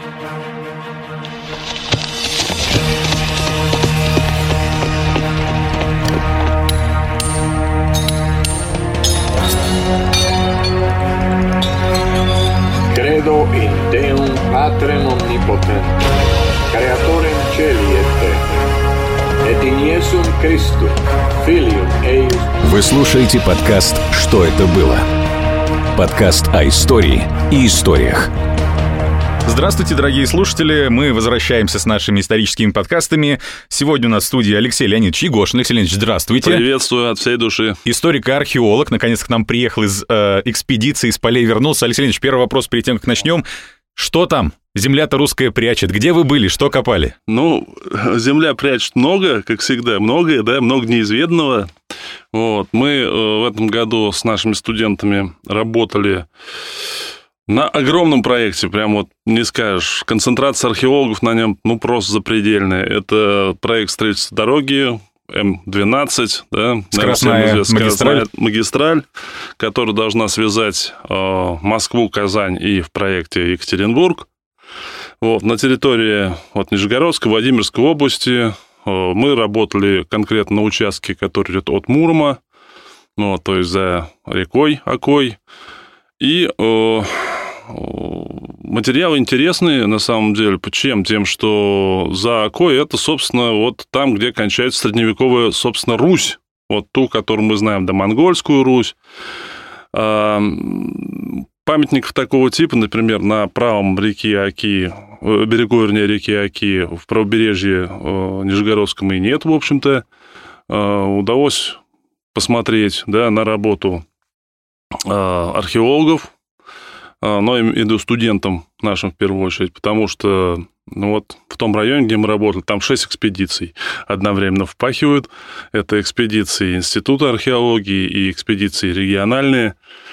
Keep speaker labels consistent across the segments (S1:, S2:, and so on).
S1: Credo in Deum Patrem Omnipotentem, Creatorem Caeli et Terrae, et in Iesum Christum, Filium Eius.
S2: Вы слушаете подкаст «Что это было?» Подкаст о истории и историях.
S3: Здравствуйте, дорогие слушатели. Мы возвращаемся с нашими историческими подкастами. Сегодня у нас в студии Алексей Леонидович Егошин. Алексей Леонидович, здравствуйте.
S4: Приветствую от всей души.
S3: Историк и археолог. Наконец к нам приехал из экспедиции, из полей вернулся. Алексей Леонидович, первый вопрос перед тем, как начнем. Что там? Земля-то русская прячет. Где вы были? Что копали?
S4: Ну, земля прячет много, как всегда. Многое, да, много неизведанного. Вот. Мы в этом году с нашими студентами работали на огромном проекте, прям вот не скажешь. Концентрация археологов на нем, ну, просто запредельная. Это проект строительства дороги М12, да,
S3: скоростная
S4: магистраль, которая должна связать Москву, Казань и в проекте Екатеринбург. Вот, на территории вот, Нижегородской, Владимирской области мы работали конкретно на участке, который идет от Мурома, ну, то есть за рекой Окой. И материалы интересные, на самом деле. Почему? Тем, что за Окой это, собственно, вот там, где кончается средневековая, собственно, Русь. Вот ту, которую мы знаем, да, Монгольскую Русь. Памятников такого типа, например, на правом берегу реки Оки, в правобережье Нижегородском и нет, в общем-то. Удалось посмотреть, да, на работу археологов, но и студентам нашим в первую очередь, потому что ну вот в том районе, где мы работали, там 6 экспедиций одновременно впахивают. Это экспедиции Института археологии и экспедиции региональные.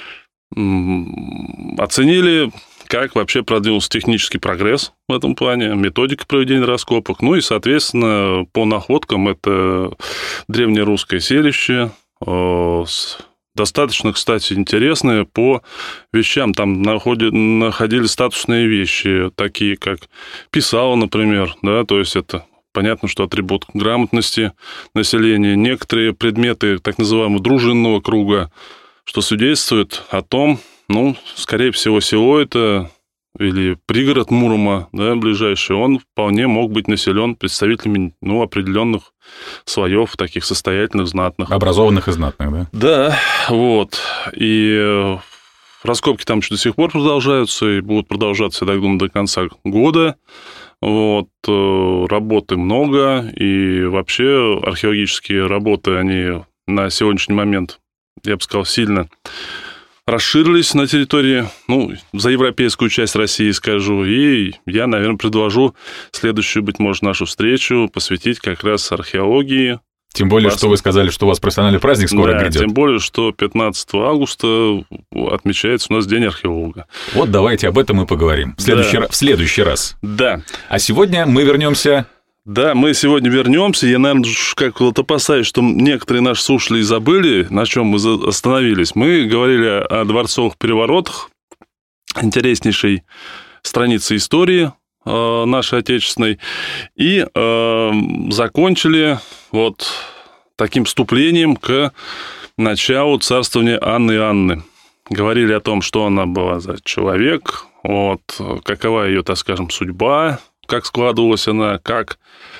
S4: Оценили, как вообще продвинулся технический прогресс в этом плане, методика проведения раскопок. Ну и, соответственно, по находкам это древнерусское селище достаточно, кстати, интересные по вещам. Там находили статусные вещи, такие как писало, например, да, то есть это понятно, что атрибут грамотности населения. Некоторые предметы так называемого дружинного круга, что свидетельствует о том, ну, скорее всего, село это или пригород Мурома, да, ближайший, он вполне мог быть населен представителями, ну, определенных слоев, таких состоятельных, знатных.
S3: Образованных и знатных, да? Да,
S4: вот. И раскопки там еще до сих пор продолжаются и будут продолжаться, я так думаю, до конца года. Вот. Работы много, и вообще археологические работы, они на сегодняшний момент, я бы сказал, сильно расширились на территории, ну, за европейскую часть России, скажу, и я, наверное, предложу следующую, быть может, нашу встречу посвятить как раз археологии.
S3: Тем более, что вы сказали, что у вас профессиональный праздник скоро грядет.
S4: Тем более, что 15 августа отмечается у нас День археолога.
S3: Вот давайте об этом и поговорим в следующий раз.
S4: Да.
S3: А сегодня мы вернемся.
S4: Да, мы сегодня вернемся. Я, наверное, как вот опасаюсь, что некоторые наши слушатели забыли, на чем мы остановились. Мы говорили о дворцовых переворотах, интереснейшей странице истории нашей отечественной, и закончили вот таким вступлением к началу царствования Анны Иоанны. Говорили о том, что она была за человек, вот, какова ее, так скажем, судьба, как складывалась она, как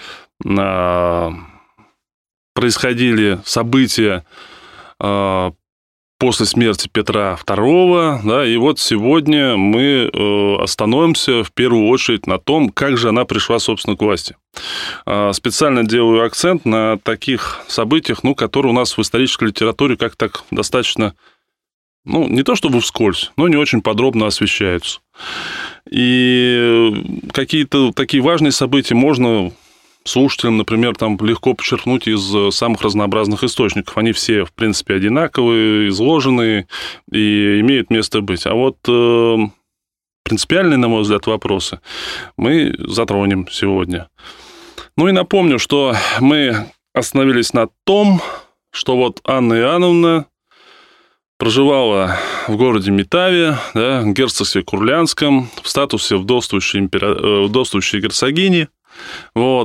S4: происходили события после смерти Петра II, да, и вот сегодня мы остановимся в первую очередь на том, как же она пришла, собственно, к власти. Специально делаю акцент на таких событиях, ну, которые у нас в исторической литературе как так достаточно, ну, не то чтобы вскользь, но не очень подробно освещаются. И какие-то такие важные события можно слушателям, например, там легко подчеркнуть из самых разнообразных источников. Они все, в принципе, одинаковые, изложенные и имеют место быть. А вот принципиальные, на мой взгляд, вопросы мы затронем сегодня. Ну и напомню, что мы остановились на том, что вот Анна Иоанновна проживала в городе Метаве, да, герцогстве Курлянском, в статусе вдовствующей герцогини. Вот.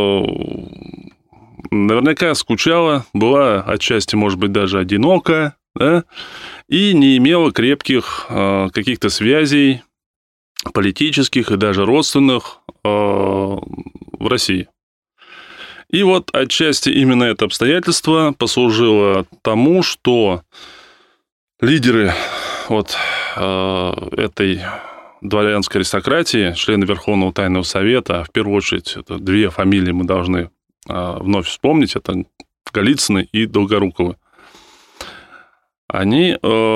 S4: Наверняка скучала, была отчасти, может быть, даже одинока, да, и не имела крепких каких-то связей политических и даже родственных в России. И вот отчасти именно это обстоятельство послужило тому, что лидеры вот этой дворянской аристократии, члены Верховного Тайного Совета, в первую очередь, это две фамилии мы должны вновь вспомнить, это Голицыны и Долгоруковы, они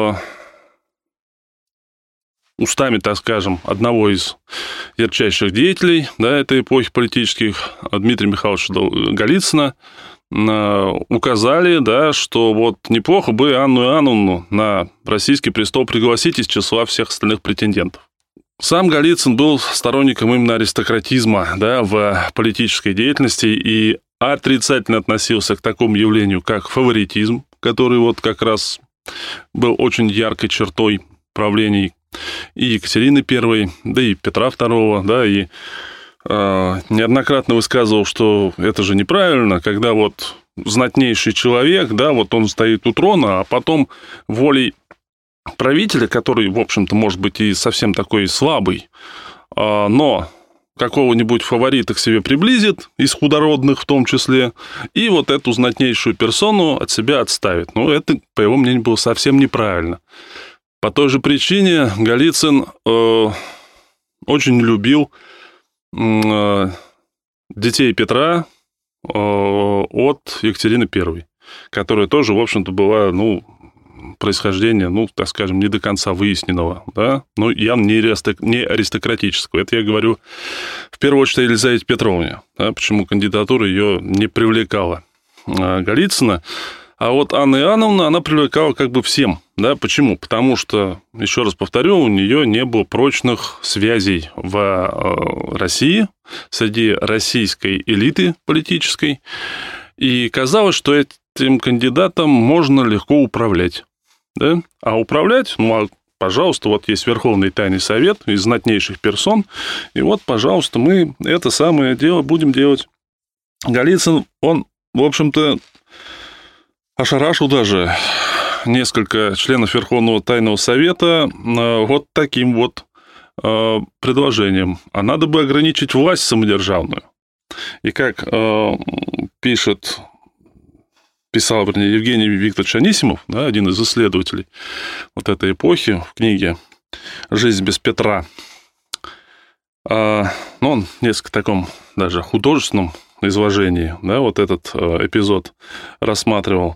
S4: устами, так скажем, одного из ярчайших деятелей, да, этой эпохи политических, Дмитрия Михайловича Голицына, указали, да, что вот неплохо бы Анну Иоанновну на российский престол пригласить из числа всех остальных претендентов. Сам Голицын был сторонником именно аристократизма, да, в политической деятельности и отрицательно относился к такому явлению, как фаворитизм, который вот как раз был очень яркой чертой правлений и Екатерины I, да и Петра II, да, и неоднократно высказывал, что это же неправильно, когда вот знатнейший человек, да, вот он стоит у трона, а потом волей правителя, который, в общем-то, может быть и совсем такой слабый, но какого-нибудь фаворита к себе приблизит, из худородных в том числе, и вот эту знатнейшую персону от себя отставит. Ну, это, по его мнению, было совсем неправильно. По той же причине Голицын очень любил детей Петра от Екатерины I, которая тоже, в общем-то, была, ну, происхождения, ну, так скажем, не до конца выясненного, да, но явно не аристократического. Это я говорю в первую очередь о Елизавете Петровне, да, почему кандидатура ее не привлекала Голицына. А вот Анна Иоанновна, она привлекала как бы всем, да, почему? Потому что, еще раз повторю, у нее не было прочных связей в России, среди российской элиты политической, и казалось, что этим кандидатом можно легко управлять, да, а управлять, ну, пожалуйста, вот есть Верховный Тайный Совет из знатнейших персон, и вот, пожалуйста, мы это самое дело будем делать. Голицын, он, в общем-то, ошарашил даже несколько членов Верховного Тайного Совета вот таким вот предложением. А надо бы ограничить власть самодержавную. И как писал Евгений Викторович Анисимов, да, один из исследователей вот этой эпохи в книге «Жизнь без Петра», ну, он в несколько таком даже художественном изложении, да, вот этот эпизод рассматривал.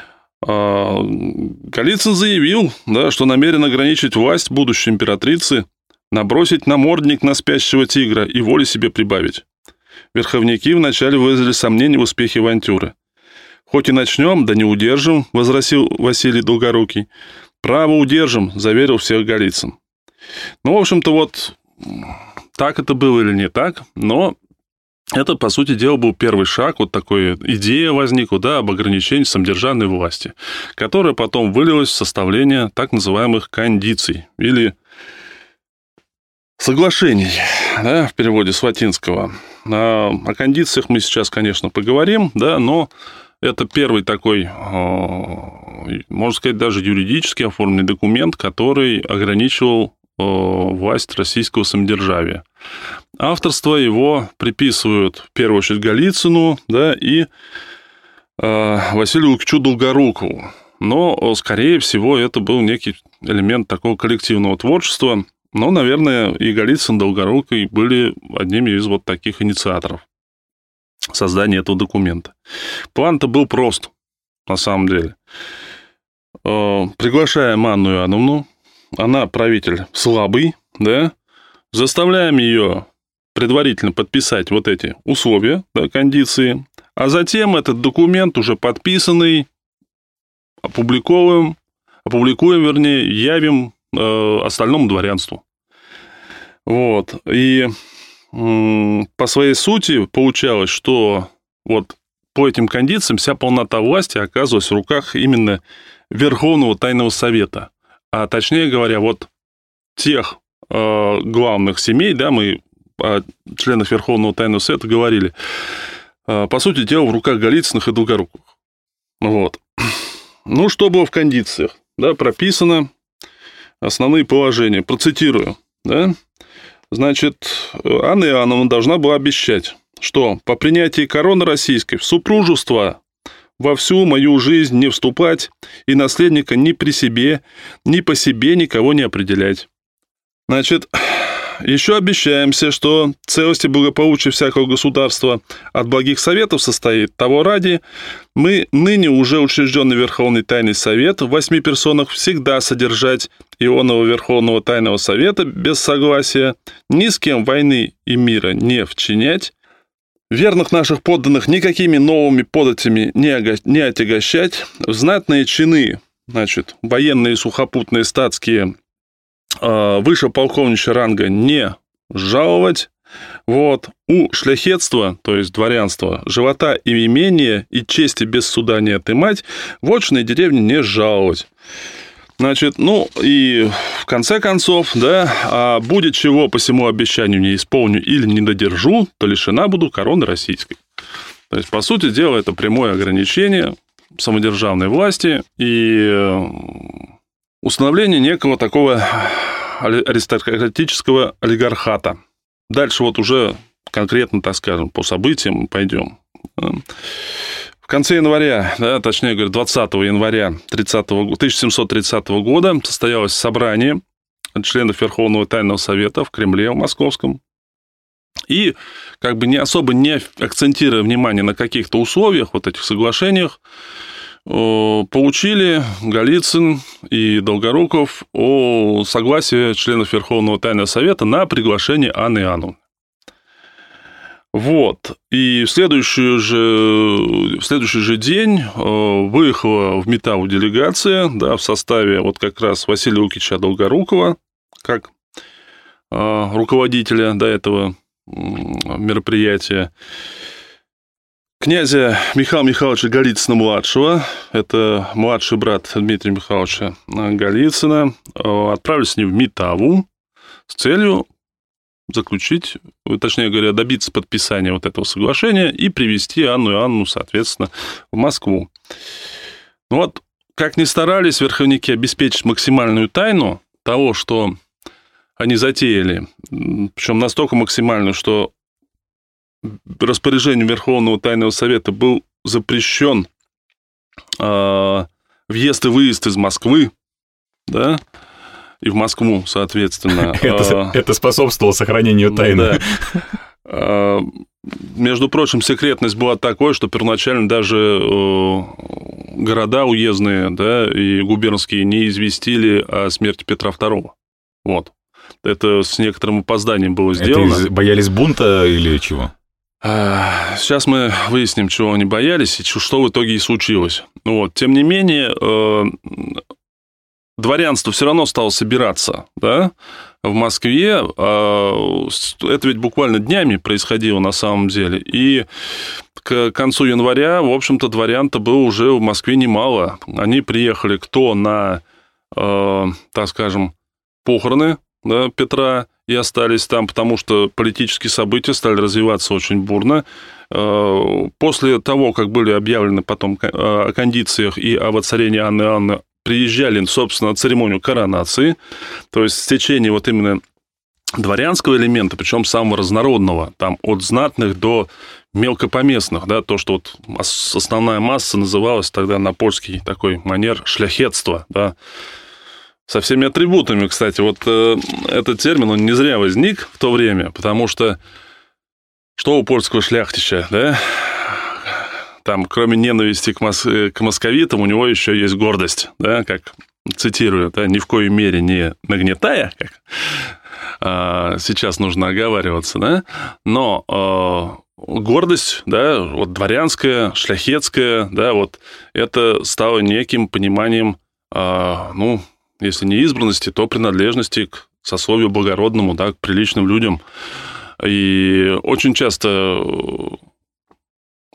S4: Голицын заявил, да, что намерен ограничить власть будущей императрицы, набросить намордник на спящего тигра и воли себе прибавить. Верховники вначале выразили сомнения в успехе авантюры. «Хоть и начнем, да не удержим», — возразил Василий Долгорукий. «Право удержим», — заверил всех Голицын. Ну, в общем-то, вот так это было или не так, но это, по сути дела, был первый шаг, вот такая идея возникла, да, об ограничении самодержавной власти, которая потом вылилась в составление так называемых кондиций или соглашений, да, в переводе с латинского. О кондициях мы сейчас, конечно, поговорим, да, но это первый такой, можно сказать, даже юридически оформленный документ, который ограничивал власть российского самодержавия. Авторство его приписывают в первую очередь Голицыну, да, и Василию Лукичу Долгорукову. Но, скорее всего, это был некий элемент такого коллективного творчества. Но, наверное, и Голицын, и Долгорукий были одними из вот таких инициаторов создания этого документа. План-то был прост, на самом деле. Приглашаем Анну Иоанновну, она правитель слабый, да, заставляем ее предварительно подписать вот эти условия, да, кондиции, а затем этот документ уже подписанный опубликуем, явим остальному дворянству. Вот. И по своей сути получалось, что вот по этим кондициям вся полнота власти оказывалась в руках именно Верховного Тайного Совета. А точнее говоря, вот тех главных семей, да, мы о членах Верховного Тайного Совета говорили, по сути дела, в руках Голицыных и Долгоруковых. Вот. Ну, что было в кондициях? Да, прописано основные положения. Процитирую. Да? Значит, Анна Иоанновна должна была обещать, что по принятии короны российской в супружество во всю мою жизнь не вступать и наследника ни при себе, ни по себе никого не определять. Значит, еще обещаемся, что целость и благополучие всякого государства от благих советов состоит. Того ради мы ныне уже учрежденный Верховный Тайный Совет в 8 персонах всегда содержать ионного Верховного Тайного Совета без согласия, ни с кем войны и мира не вчинять, верных наших подданных никакими новыми податями не отягощать, в знатные чины, значит, военные, сухопутные, статские, выше полковничьего ранга не жаловать. Вот. У шляхетства, то есть дворянства, живота и имения и чести без суда не отымать, вотчины деревни не жаловать. Значит, ну и в конце концов, да, а будет чего по всему обещанию не исполню или не додержу, то лишена буду короны российской. То есть, по сути дела, это прямое ограничение самодержавной власти и установление некого такого аристократического олигархата. Дальше вот уже конкретно, так скажем, по событиям пойдем. В конце января, да, точнее говоря, 20 января 1730 года состоялось собрание членов Верховного Тайного Совета в Кремле, в Московском. И как бы не особо не акцентируя внимание на каких-то условиях, вот этих соглашениях, получили Голицын и Долгоруков о согласии членов Верховного Тайного Совета на приглашение Анны Иоанновны. Вот. И в следующий же день выехала в Метаву делегация, да, в составе вот как раз Василия Лукича Долгорукова, как руководителя до этого мероприятия, князя Михаила Михайловича Голицына-младшего, это младший брат Дмитрия Михайловича Голицына, отправились с ним в Метаву с целью заключить, точнее говоря, добиться подписания вот этого соглашения и привести Анну Иоанновну, соответственно, в Москву. Вот, как ни старались верховники обеспечить максимальную тайну того, что они затеяли, причем настолько максимальную, что распоряжением Верховного Тайного Совета был запрещен въезд и выезд из Москвы, да, и в Москву, соответственно.
S3: Это способствовало сохранению тайны.
S4: Да. Между прочим, секретность была такой, что первоначально даже города уездные, да, и губернские не известили о смерти Петра II. Вот. Это с некоторым опозданием было сделано.
S3: Это боялись бунта или чего?
S4: Сейчас мы выясним, чего они боялись и что в итоге и случилось. Вот. Тем не менее, дворянство все равно стало собираться, да, в Москве. Это ведь буквально днями происходило на самом деле. И к концу января, в общем-то, дворян-то было уже в Москве немало. Они приехали кто на, так скажем, похороны, да, Петра, и остались там, потому что политические события стали развиваться очень бурно. После того, как были объявлены потом о кондициях и о воцарении Анны Иоанновны, приезжали, собственно, на церемонию коронации, то есть в течение вот именно дворянского элемента, причем самого разнородного, там от знатных до мелкопоместных, да, то, что вот основная масса называлась тогда на польский такой манер шляхетство, да, со всеми атрибутами, кстати. Вот этот термин, он не зря возник в то время, потому что у польского шляхтича, да, там, кроме ненависти к московитам, у него еще есть гордость, да, как цитирую, да, ни в коей мере не нагнетая, как сейчас нужно оговариваться, да, но гордость, да, вот дворянская, шляхетская, да, вот это стало неким пониманием, ну, если не избранности, то принадлежности к сословию благородному, да, к приличным людям. И очень часто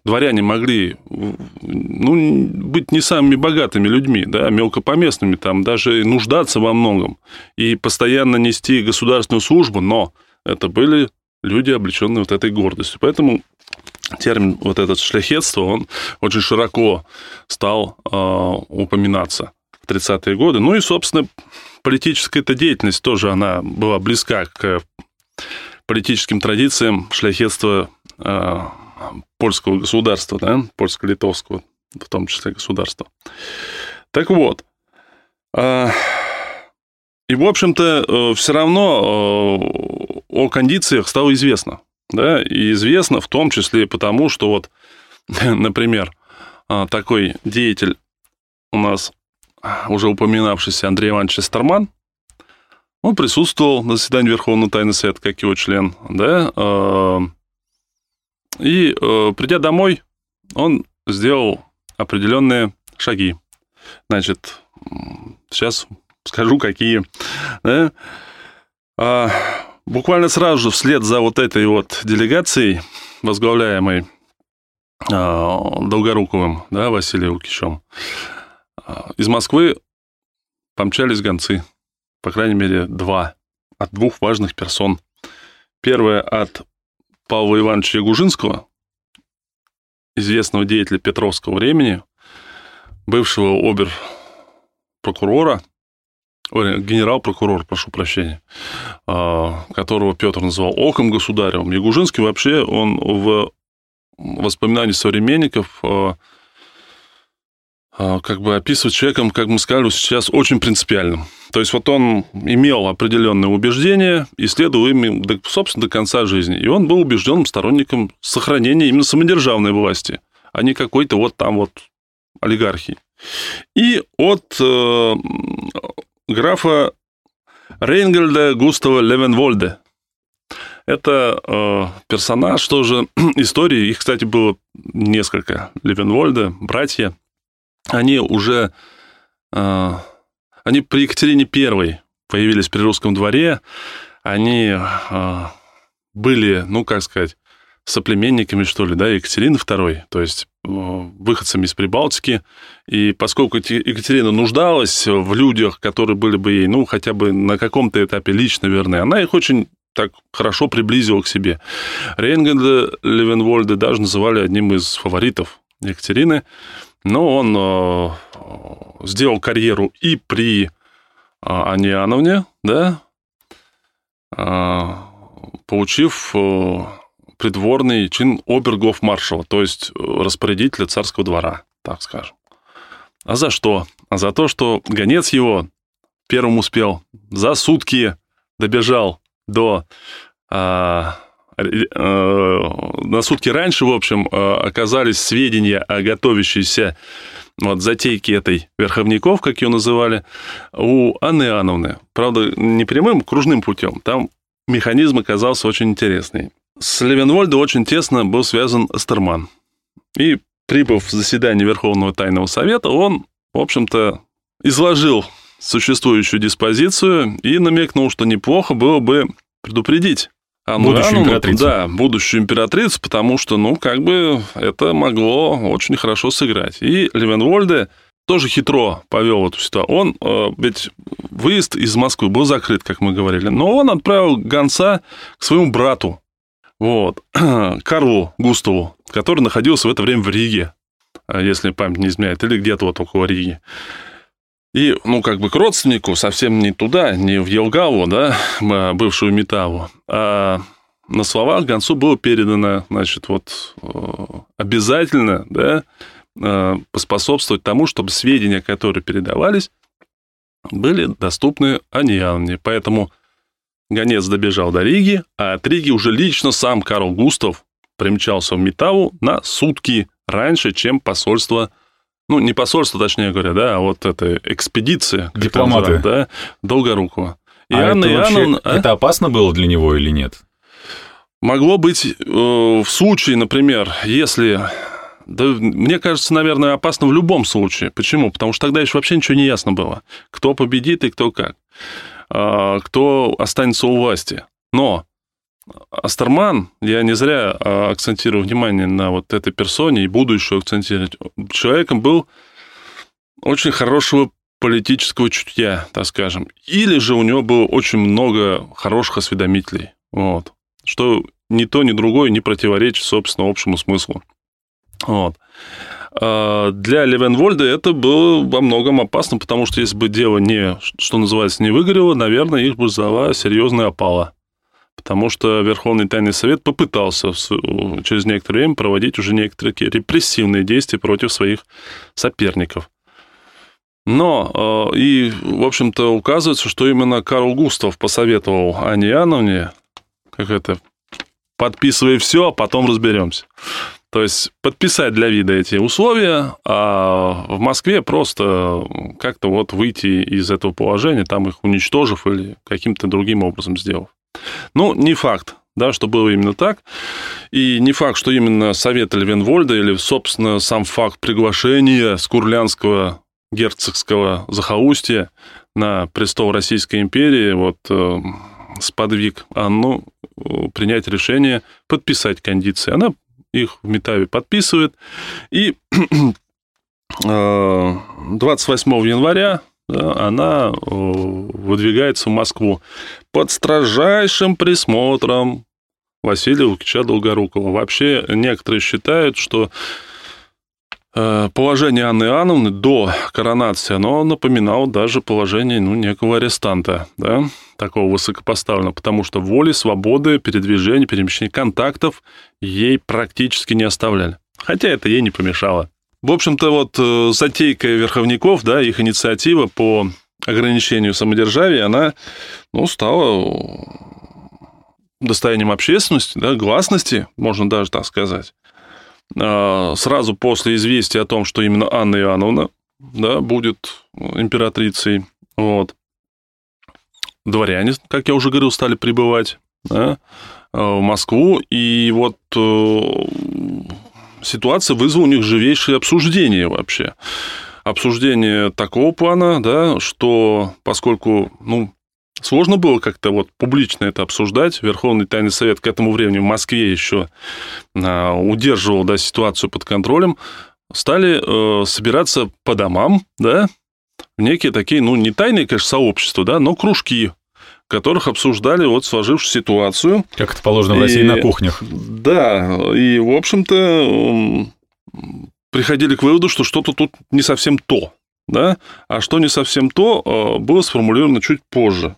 S4: дворяне могли, ну, быть не самыми богатыми людьми, да, мелкопоместными, там, даже нуждаться во многом и постоянно нести государственную службу, но это были люди, облеченные вот этой гордостью. Поэтому термин вот этот шляхетство, он очень широко стал упоминаться в 30-е годы. Ну и, собственно, политическая-то деятельность тоже, она была близка к политическим традициям шляхетства польского государства, да, польско-литовского, в том числе государства. Так вот, и, в общем-то, все равно о кондициях стало известно, да, и известно в том числе потому, что вот, например, такой деятель у нас, уже упоминавшийся Андрей Иванович Эстерман, он присутствовал на заседании Верховного Тайного Совета, как его член, да, и, придя домой, он сделал определенные шаги. Значит, сейчас скажу, какие. Да? Буквально сразу же вслед за вот этой вот делегацией, возглавляемой Долгоруковым, да, Василием Лукичем, из Москвы помчались гонцы, по крайней мере, от двух важных персон. Первое от Павла Ивановича Ягужинского, известного деятеля Петровского времени, бывшего обер-прокурора, генерал-прокурор, прошу прощения, которого Петр называл оком государевым. Ягужинский вообще, он в воспоминании современников как бы описывает человеком, как мы сказали сейчас, очень принципиальным. То есть вот он имел определенные убеждения и следовал им, собственно, до конца жизни. И он был убежденным сторонником сохранения именно самодержавной власти, а не какой-то вот там вот олигархии. И от графа Рейнгольда Густава Левенвольде. Это персонаж тоже истории. Их, кстати, было несколько. Левенвольде, братья. Они уже... Они при Екатерине I появились при русском дворе. Они были, ну, как сказать, соплеменниками, что ли, да, Екатерины II, то есть выходцами из Прибалтики. И поскольку Екатерина нуждалась в людях, которые были бы ей, ну, хотя бы на каком-то этапе лично верны, она их очень так хорошо приблизила к себе. Рейнгольда Левенвольда даже называли одним из фаворитов Екатерины, но он сделал карьеру и при Анне Иоанновне, да, получив придворный чин обергофмаршала, то есть распорядителя царского двора, так скажем. А за что? А за то, что гонец его первым успел, за сутки добежал до... на сутки раньше, в общем, оказались сведения о готовящейся вот затейке этой верховников, как ее называли, у Анны Иоанновны. Правда, не прямым, кружным путем. Там механизм оказался очень интересный. С Левенвольдом очень тесно был связан Эстерман. И, прибыв в заседание Верховного Тайного Совета, он, в общем-то, изложил существующую диспозицию и намекнул, что неплохо было бы предупредить
S3: будущую императрицу.
S4: Да, будущую императрицу, потому что, ну, как бы это могло очень хорошо сыграть. И Левенвольде тоже хитро повел эту ситуацию. Он, ведь выезд из Москвы был закрыт, как мы говорили, но он отправил гонца к своему брату, вот, Карлу Густаву, который находился в это время в Риге, если память не изменяет, или где-то вот около Риги. И, ну, как бы к родственнику, совсем не туда, не в Елгаву, да, бывшую Метаву, а на словах гонцу было передано, значит, вот обязательно, да, поспособствовать тому, чтобы сведения, которые передавались, были доступны Анне Иоанновне. Поэтому гонец добежал до Риги, а от Риги уже лично сам Карл Густав примчался в Метаву на сутки раньше, чем посольство. Ну, не посольство, точнее говоря, да, а вот эта экспедиция.
S3: Дипломаты.
S4: Да, Долгорукова. И
S3: Анна Иоанновна... Это опасно было для него или нет?
S4: Могло быть в случае, например, если... Да, мне кажется, наверное, опасно в любом случае. Почему? Потому что тогда еще вообще ничего не ясно было. Кто победит и кто как. Кто останется у власти. Но Астерман, я не зря акцентирую внимание на вот этой персоне и буду еще акцентировать, человеком был очень хорошего политического чутья, так скажем. Или же у него было очень много хороших осведомителей. Вот. Что ни то, ни другое не противоречит, собственно, общему смыслу. Вот. Для Левенвольда это было во многом опасно, потому что если бы дело не, что называется, не выгорело, наверное, их бы ждала серьезная опала. Потому что Верховный Тайный Совет попытался через некоторое время проводить уже некоторые репрессивные действия против своих соперников. Но, и, в общем-то, указывается, что именно Карл Густав посоветовал Анне Иоанновне, подписывай все, а потом разберемся. То есть подписать для вида эти условия, а в Москве просто как-то вот выйти из этого положения, там их уничтожив или каким-то другим образом сделав. Ну, не факт, да, что было именно так, и не факт, что именно совет Левенвольда или, собственно, сам факт приглашения с Курлянского герцогского захолустья на престол Российской империи вот сподвиг Анну принять решение подписать кондиции. Она их в Метаве подписывает, и 28 января она выдвигается в Москву под строжайшим присмотром Василия Лукича Долгорукова. Вообще, некоторые считают, что положение Анны Иоанновны до коронации, оно напоминало даже положение некого арестанта, да, такого высокопоставленного, потому что воли, свободы, передвижения, перемещения, контактов ей практически не оставляли. Хотя это ей не помешало. В общем-то, вот затейка верховников, да, их инициатива по ограничению самодержавия, она, стала достоянием общественности, да, гласности, можно даже так сказать. Сразу после известия о том, что именно Анна Иоанновна, да, будет императрицей, вот, дворяне, как я уже говорил, стали прибывать, да, в Москву, и вот ситуация вызвала у них живейшее обсуждение вообще. Обсуждение такого плана, да, что поскольку, сложно было как-то вот публично это обсуждать, Верховный Тайный Совет к этому времени в Москве еще удерживал, да, ситуацию под контролем, стали собираться по домам, да, в некие такие, не тайные, конечно, сообщества, да, но кружки, в которых обсуждали вот сложившуюся ситуацию.
S3: Как это положено в России на кухнях.
S4: Да, и, в общем-то, приходили к выводу, что что-то тут не совсем то, да, а что не совсем то, было сформулировано чуть позже.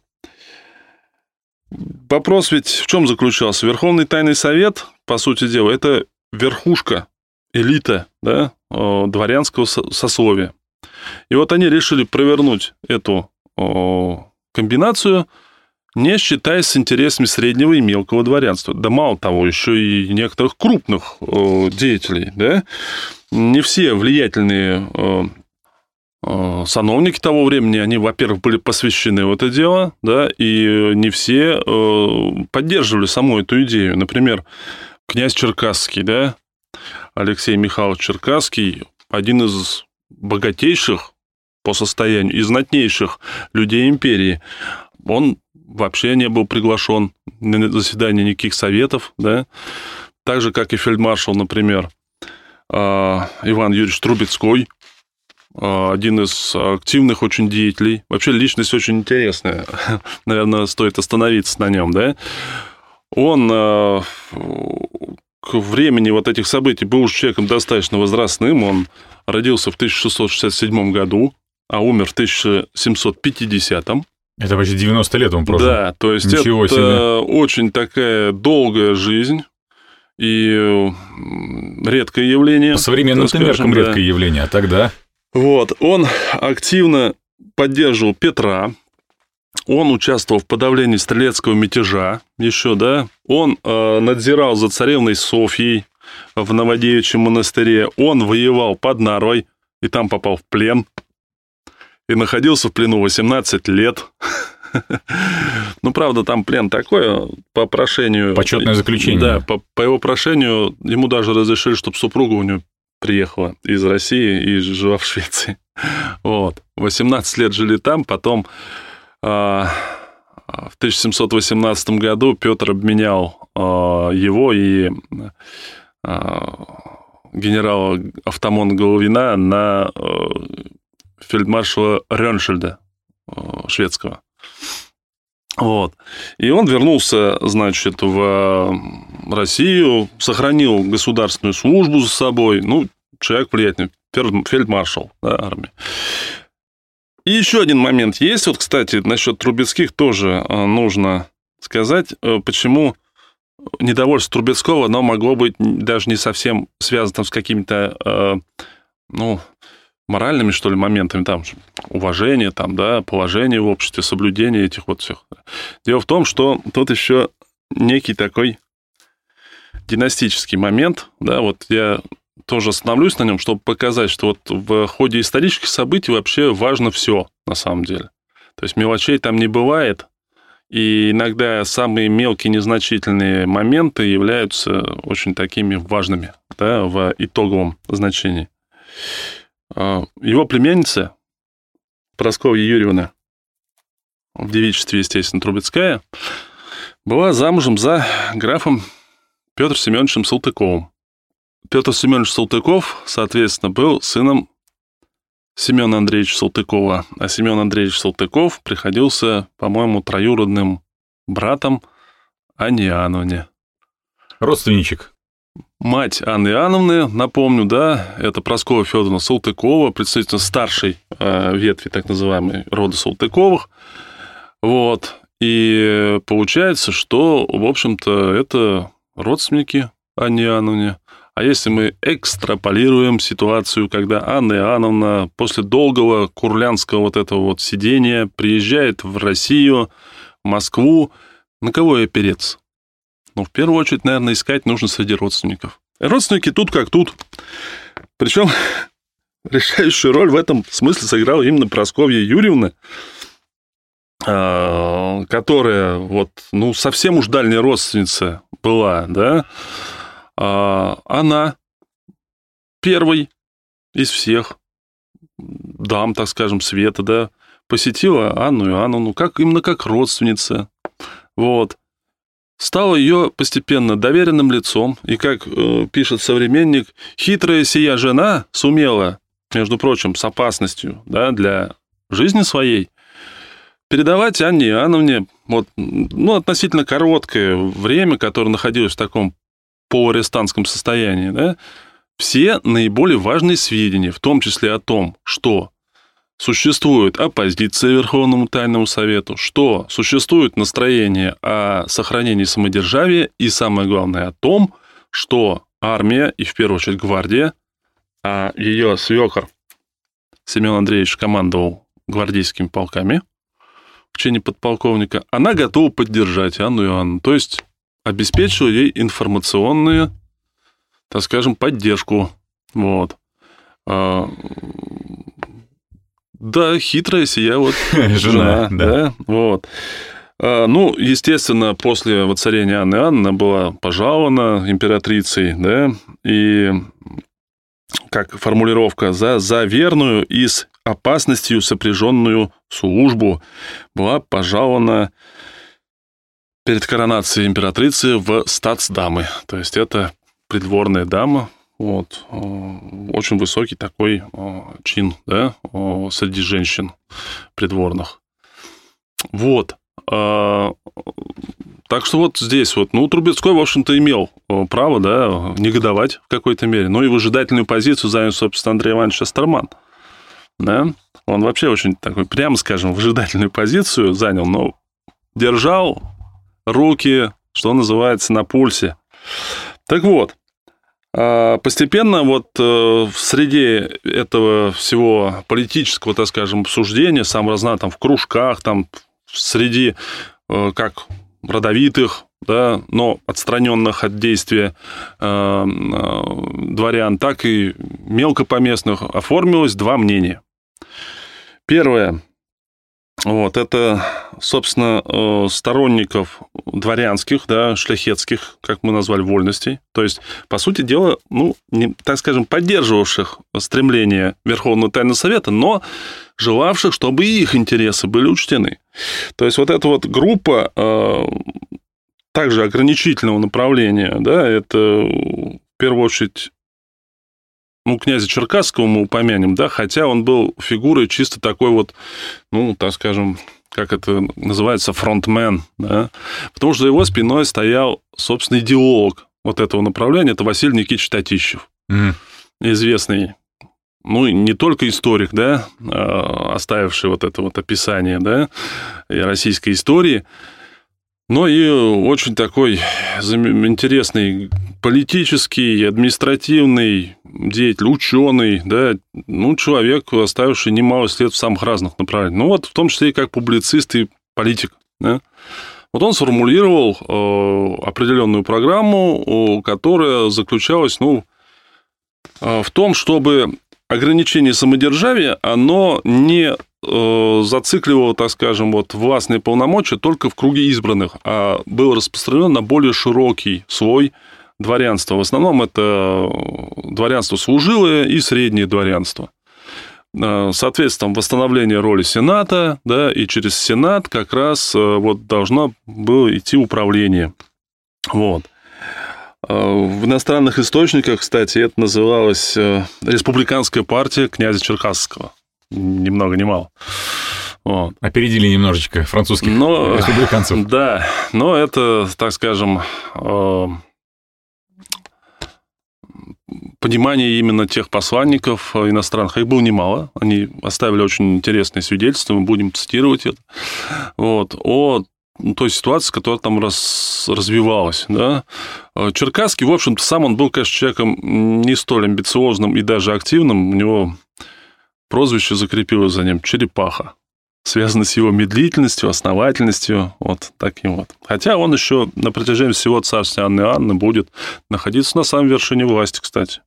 S4: Вопрос ведь в чем заключался? Верховный Тайный Совет, по сути дела, это верхушка, элита, да, дворянского сословия. И вот они решили провернуть эту комбинацию, не считаясь с интересами среднего и мелкого дворянства. Да мало того, еще и некоторых крупных деятелей, да. Не все влиятельные сановники того времени, они, во-первых, были посвящены в это дело, да, и не все поддерживали саму эту идею. Например, князь Черкасский, да, Алексей Михайлович Черкасский, один из богатейших по состоянию и знатнейших людей империи, он вообще не был приглашен на заседание никаких советов, да, так же, как и фельдмаршал, например, Иван Юрьевич Трубецкой, один из активных очень деятелей. Вообще личность очень интересная. Наверное, стоит остановиться на нем, да. Он к времени вот этих событий был уже человеком достаточно возрастным. Он родился в 1667 году, а умер в 1750-м.
S3: Это почти 90 лет он прожил.
S4: Да, то есть
S3: Ничего
S4: это
S3: себе.
S4: Очень такая долгая жизнь и редкое явление.
S3: По современным меркам редкое явление, а тогда...
S4: Вот, он активно поддерживал Петра, он участвовал в подавлении стрелецкого мятежа еще, да, он надзирал за царевной Софьей в Новодевичьем монастыре, он воевал под Нарвой и там попал в плен, и находился в плену 18 лет. Правда, там плен такой, по прошению...
S3: Почетное заключение.
S4: Да, по его прошению ему даже разрешили, чтобы супруга у него приехала из России и жила в Швеции. Вот. 18 лет жили там, потом В 1718 году Петр обменял его и генерала Автамона Головина на фельдмаршала Рёншельда шведского. Вот. И он вернулся, значит, в Россию, сохранил государственную службу за собой. Ну, человек влиятельный, фельдмаршал, да, армии. И еще один момент есть. Вот, кстати, насчет Трубецких тоже нужно сказать, почему недовольство Трубецкого, оно могло быть даже не совсем связано там с какими-то, моральными, что ли, моментами, там, уважение, там, да, положение в обществе, соблюдение этих вот всех. Дело в том, что тут еще некий такой династический момент, да, вот я тоже остановлюсь на нем, чтобы показать, что вот в ходе исторических событий вообще важно все на самом деле. То есть мелочей там не бывает, и иногда самые мелкие незначительные моменты являются очень такими важными, да, в итоговом значении. Его племянница Прасковья Юрьевна, в девичестве, естественно, Трубецкая, была замужем за графом Петром Семеновичем Салтыковым. Петр Семенович Салтыков, соответственно, был сыном Семена Андреевича Салтыкова, а Семен Андреевич Салтыков приходился, по-моему, троюродным братом Анне Иоанновне.
S3: Родственничек.
S4: Мать Анны Иоанновны, напомню, да, это Прасковья Федоровна Салтыкова, представительница старшей ветви, так называемой, рода Салтыковых. Вот. И получается, что, в общем-то, это родственники Анне Иоанновне. А если мы экстраполируем ситуацию, когда Анна Иоанновна после долгого курлянского вот этого вот сидения приезжает в Россию, в Москву, на кого ей опереться? Ну, в первую очередь, наверное, искать нужно среди родственников. Родственники тут как тут. Причем решающую роль в этом смысле сыграла именно Прасковья Юрьевна, которая вот, совсем уж дальняя родственница была, да. Она первой из всех дам, так скажем, света, да, посетила Анну Иоанновну именно как родственница. Вот. Стала ее постепенно доверенным лицом, и, как пишет современник, хитрая сия жена сумела, между прочим, с опасностью, да, для жизни своей, передавать Анне Иоанновне относительно короткое время, которое находилось в таком полуарестантском состоянии, да, все наиболее важные сведения, в том числе о том, что существует оппозиция Верховному Тайному Совету, что существует настроение о сохранении самодержавия и, самое главное, о том, что армия, и в первую очередь гвардия, а ее свекор Семен Андреевич командовал гвардейскими полками в чине подполковника, она готова поддержать Анну Иоанновну, то есть обеспечила ей информационную, так скажем, поддержку. Вот. Да, хитрая сия вот жена, да. Вот. Естественно, после воцарения Анны Иоанновны она была пожалована императрицей, да, и как формулировка за верную и с опасностью сопряженную службу была пожалована перед коронацией императрицы в статсдамы. То есть это придворная дама, вот, очень высокий такой чин, да, среди женщин придворных. Вот. Так что вот здесь вот, Трубецкой, в общем-то, имел право, да, негодовать в какой-то мере. И выжидательную позицию занял, собственно, Андрей Иванович Остерман. Да? Он вообще очень такой, прямо скажем, выжидательную позицию занял, но держал руки, что называется, на пульсе. Так вот, постепенно вот в среде этого всего политического, так скажем, обсуждения, саморазна там в кружках, там среди как родовитых, да, но отстраненных от действия дворян, так и мелкопоместных оформилось два мнения. Первое. Вот, это, собственно, сторонников дворянских, да, шляхетских, как мы назвали, вольностей. То есть, по сути дела, так скажем, поддерживавших стремление Верховного Тайного Совета, но желавших, чтобы и их интересы были учтены. То есть, вот эта вот группа также ограничительного направления, да, это в первую очередь князя Черкасского мы упомянем, да, хотя он был фигурой чисто такой вот, так скажем, как это называется, фронтмен, да, потому что за его спиной стоял, собственно, идеолог вот этого направления, это Василий Никитич Татищев, известный, не только историк, да, оставивший вот это вот описание, да, и российской истории, но и очень такой интересный политический, административный деятель, ученый, да, человек, оставивший немало след в самых разных направлениях. В том числе и как публицист и политик. Да. Вот он сформулировал определенную программу, которая заключалась, в том, чтобы ограничение самодержавия, оно не зацикливало, так скажем, властные полномочия только в круге избранных, а было распространено на более широкий слой дворянства. В основном это дворянство служилое и среднее дворянство. Соответственно, восстановление роли Сената, да, и через Сенат как раз должно было идти управление. Вот. В иностранных источниках, кстати, это называлось Республиканская партия князя Черкасского. Ни много ни мало. Вот.
S3: Опередили немножечко французских республиканцев.
S4: Да, но это, так скажем, понимание именно тех посланников иностранных. Их было немало. Они оставили очень интересные свидетельства, мы будем цитировать это. О той ситуации, которая там развивалась. Да. Черкасский, в общем-то, сам он был, конечно, человеком не столь амбициозным и даже активным. У него прозвище закрепилось за ним «Черепаха», связано с его медлительностью, основательностью, таким вот. Хотя он еще на протяжении всего царствия Анны Иоанны будет находиться на самой вершине власти, кстати.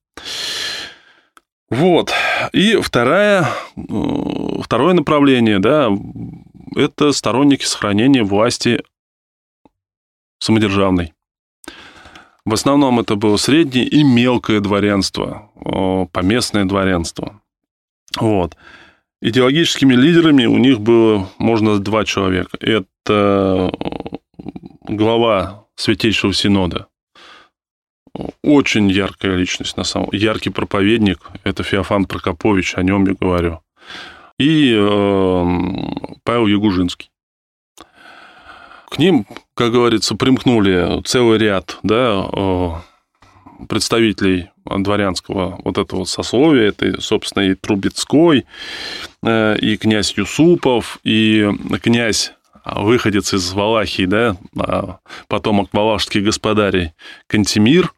S4: И второе направление, да, это сторонники сохранения власти самодержавной. В основном это было среднее и мелкое дворянство, поместное дворянство. Идеологическими лидерами у них было, можно, 2 человека. Это глава Святейшего Синода. Очень яркая личность, яркий проповедник. Это Феофан Прокопович, о нем я говорю. И Павел Ягужинский. К ним, как говорится, примкнули целый ряд, да, представителей дворянского этого сословия. Это, собственно, и Трубецкой, и князь Юсупов, и князь, выходец из Валахии, да, потомок валашских господарей, Кантемир.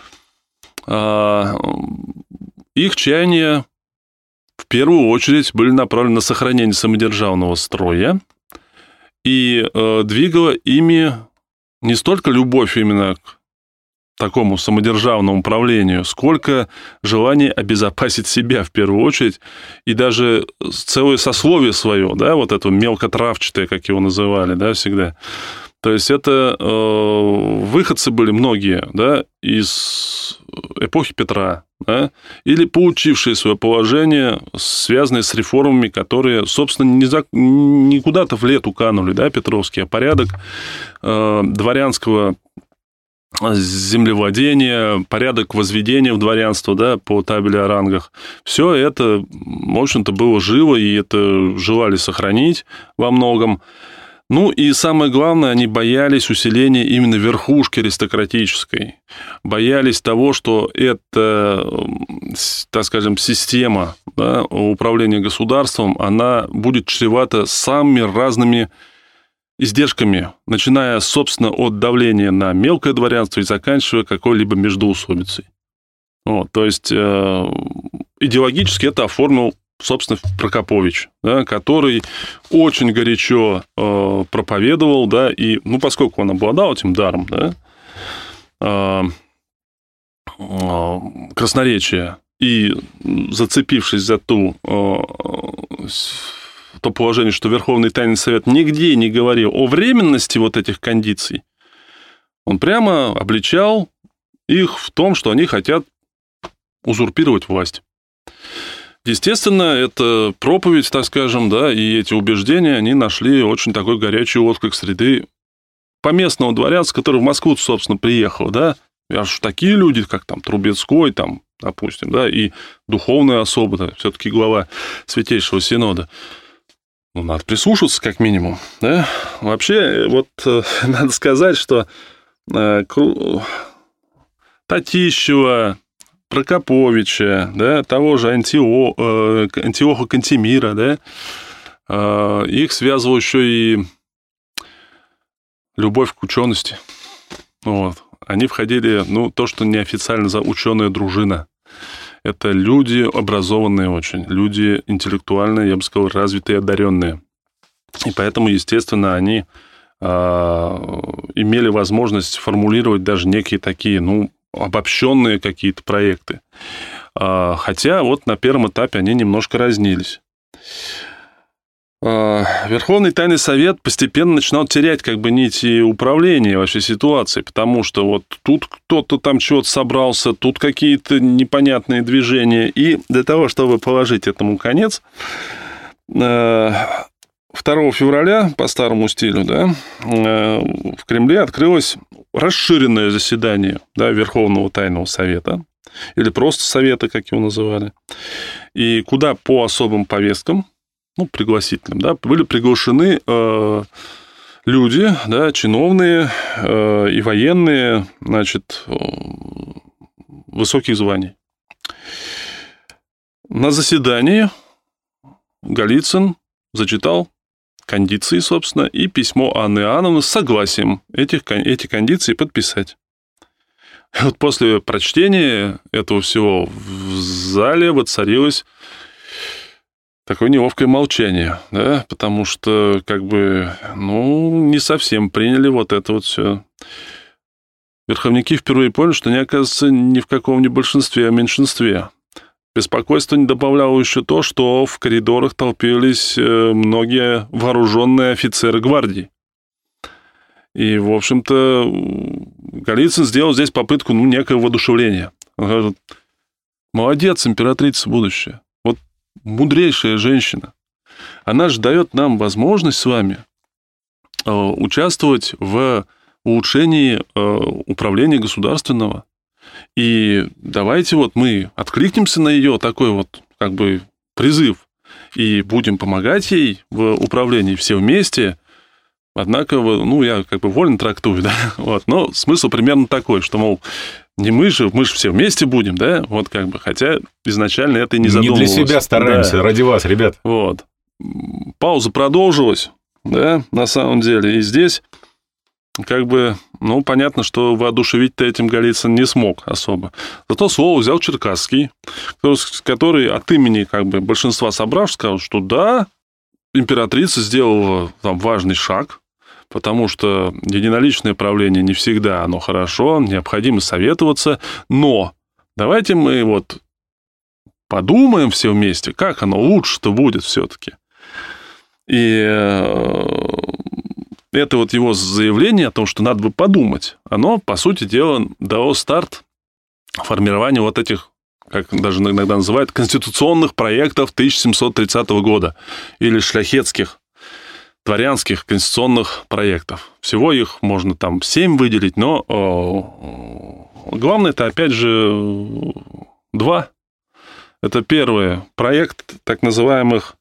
S4: Их чаяния в первую очередь были направлены на сохранение самодержавного строя, и двигала ими не столько любовь именно к такому самодержавному правлению, сколько желание обезопасить себя в первую очередь, и даже целое сословие свое, да, это мелкотравчатое, как его называли, да, всегда. То есть это выходцы были многие, да, из эпохи Петра, да, или получившие свое положение, связанные с реформами, которые, собственно, не куда-то в лету канули, да, петровские, а порядок дворянского землевладения, порядок возведения в дворянство, да, по табели о рангах. Все это, в общем-то, было живо, и это желали сохранить во многом. И самое главное, они боялись усиления именно верхушки аристократической. Боялись того, что эта, так скажем, система, да, управления государством, она будет чревата самыми разными издержками, начиная, собственно, от давления на мелкое дворянство и заканчивая какой-либо междоусобицей. То есть идеологически это оформил, собственно, Прокопович, да, который очень горячо проповедовал, да, и, поскольку он обладал этим даром, да, красноречия, и зацепившись за ту то положение, что Верховный Тайный Совет нигде не говорил о временности вот этих кондиций, он прямо обличал их в том, что они хотят узурпировать власть. Естественно, эта проповедь, так скажем, да, и эти убеждения, они нашли очень такой горячий отклик среды поместного дворянства, который в Москву, собственно, приехал, да, аж такие люди, как там Трубецкой, там, допустим, да, и духовная особа, да, все-таки глава Святейшего Синода. Ну, надо прислушаться, как минимум, да. Вообще, вот надо сказать, что Татищева, Прокоповича, да, того же Антиоха Кантемира, да, их связывала еще и любовь к учености. Вот. Они входили, ну, то, что неофициально за ученая дружина. Это люди образованные очень, люди интеллектуальные, я бы сказал, развитые, одаренные. И поэтому, естественно, они имели возможность формулировать даже некие такие, ну, обобщенные какие-то проекты. Хотя вот на первом этапе они немножко разнились. Верховный Тайный Совет постепенно начинал терять как бы нити управления вообще ситуацией, потому что вот тут кто-то там чего-то собрался, тут какие-то непонятные движения. И для того, чтобы положить этому конец, 2 февраля по старому стилю, да, в Кремле открылось расширенное заседание, да, Верховного Тайного Совета, или просто Совета, как его называли, и куда по особым повесткам, ну, пригласительным, да, были приглашены люди, да, чиновные и военные, значит, высоких званий. На заседании Голицын зачитал кондиции, собственно, и письмо Анны Иоанновны с согласием эти кондиции подписать. И вот после прочтения этого всего в зале воцарилось такое неловкое молчание, да, потому что, как бы, ну, не совсем приняли вот это вот все. Верховники впервые поняли, что они, оказывается, не в каком-нибудь большинстве, а в меньшинстве. Беспокойство не добавляло еще то, что в коридорах толпились многие вооруженные офицеры гвардии. И, в общем-то, Голицын сделал здесь попытку, ну, некого воодушевления. Он говорит: молодец, императрица будущая. Вот мудрейшая женщина. Она же дает нам возможность с вами участвовать в улучшении управления государственного. И давайте вот мы откликнемся на ее такой вот как бы призыв и будем помогать ей в управлении все вместе. Однако, ну, я как бы вольно трактую, да, вот, но смысл примерно такой, что, мол, не мы же все вместе будем, да, вот как бы, хотя изначально это и не задумывалось.
S3: Не для себя стараемся, да. Ради вас, ребят.
S4: Вот. Пауза продолжилась, да, на самом деле, и здесь как бы, ну, понятно, что воодушевить-то этим Голицын не смог особо. Зато слово взял Черкасский, который от имени как бы большинства собравших сказал, что да, императрица сделала там важный шаг, потому что единоличное правление не всегда оно хорошо, необходимо советоваться, но давайте мы вот подумаем все вместе, как оно лучше-то будет все-таки. И это вот его заявление о том, что надо бы подумать, оно, по сути дела, дало старт формированию вот этих, как даже иногда называют, конституционных проектов 1730 года или шляхетских, дворянских конституционных проектов. Всего их можно там 7 выделить, но главное это, опять же, 2. Это первый проект так называемых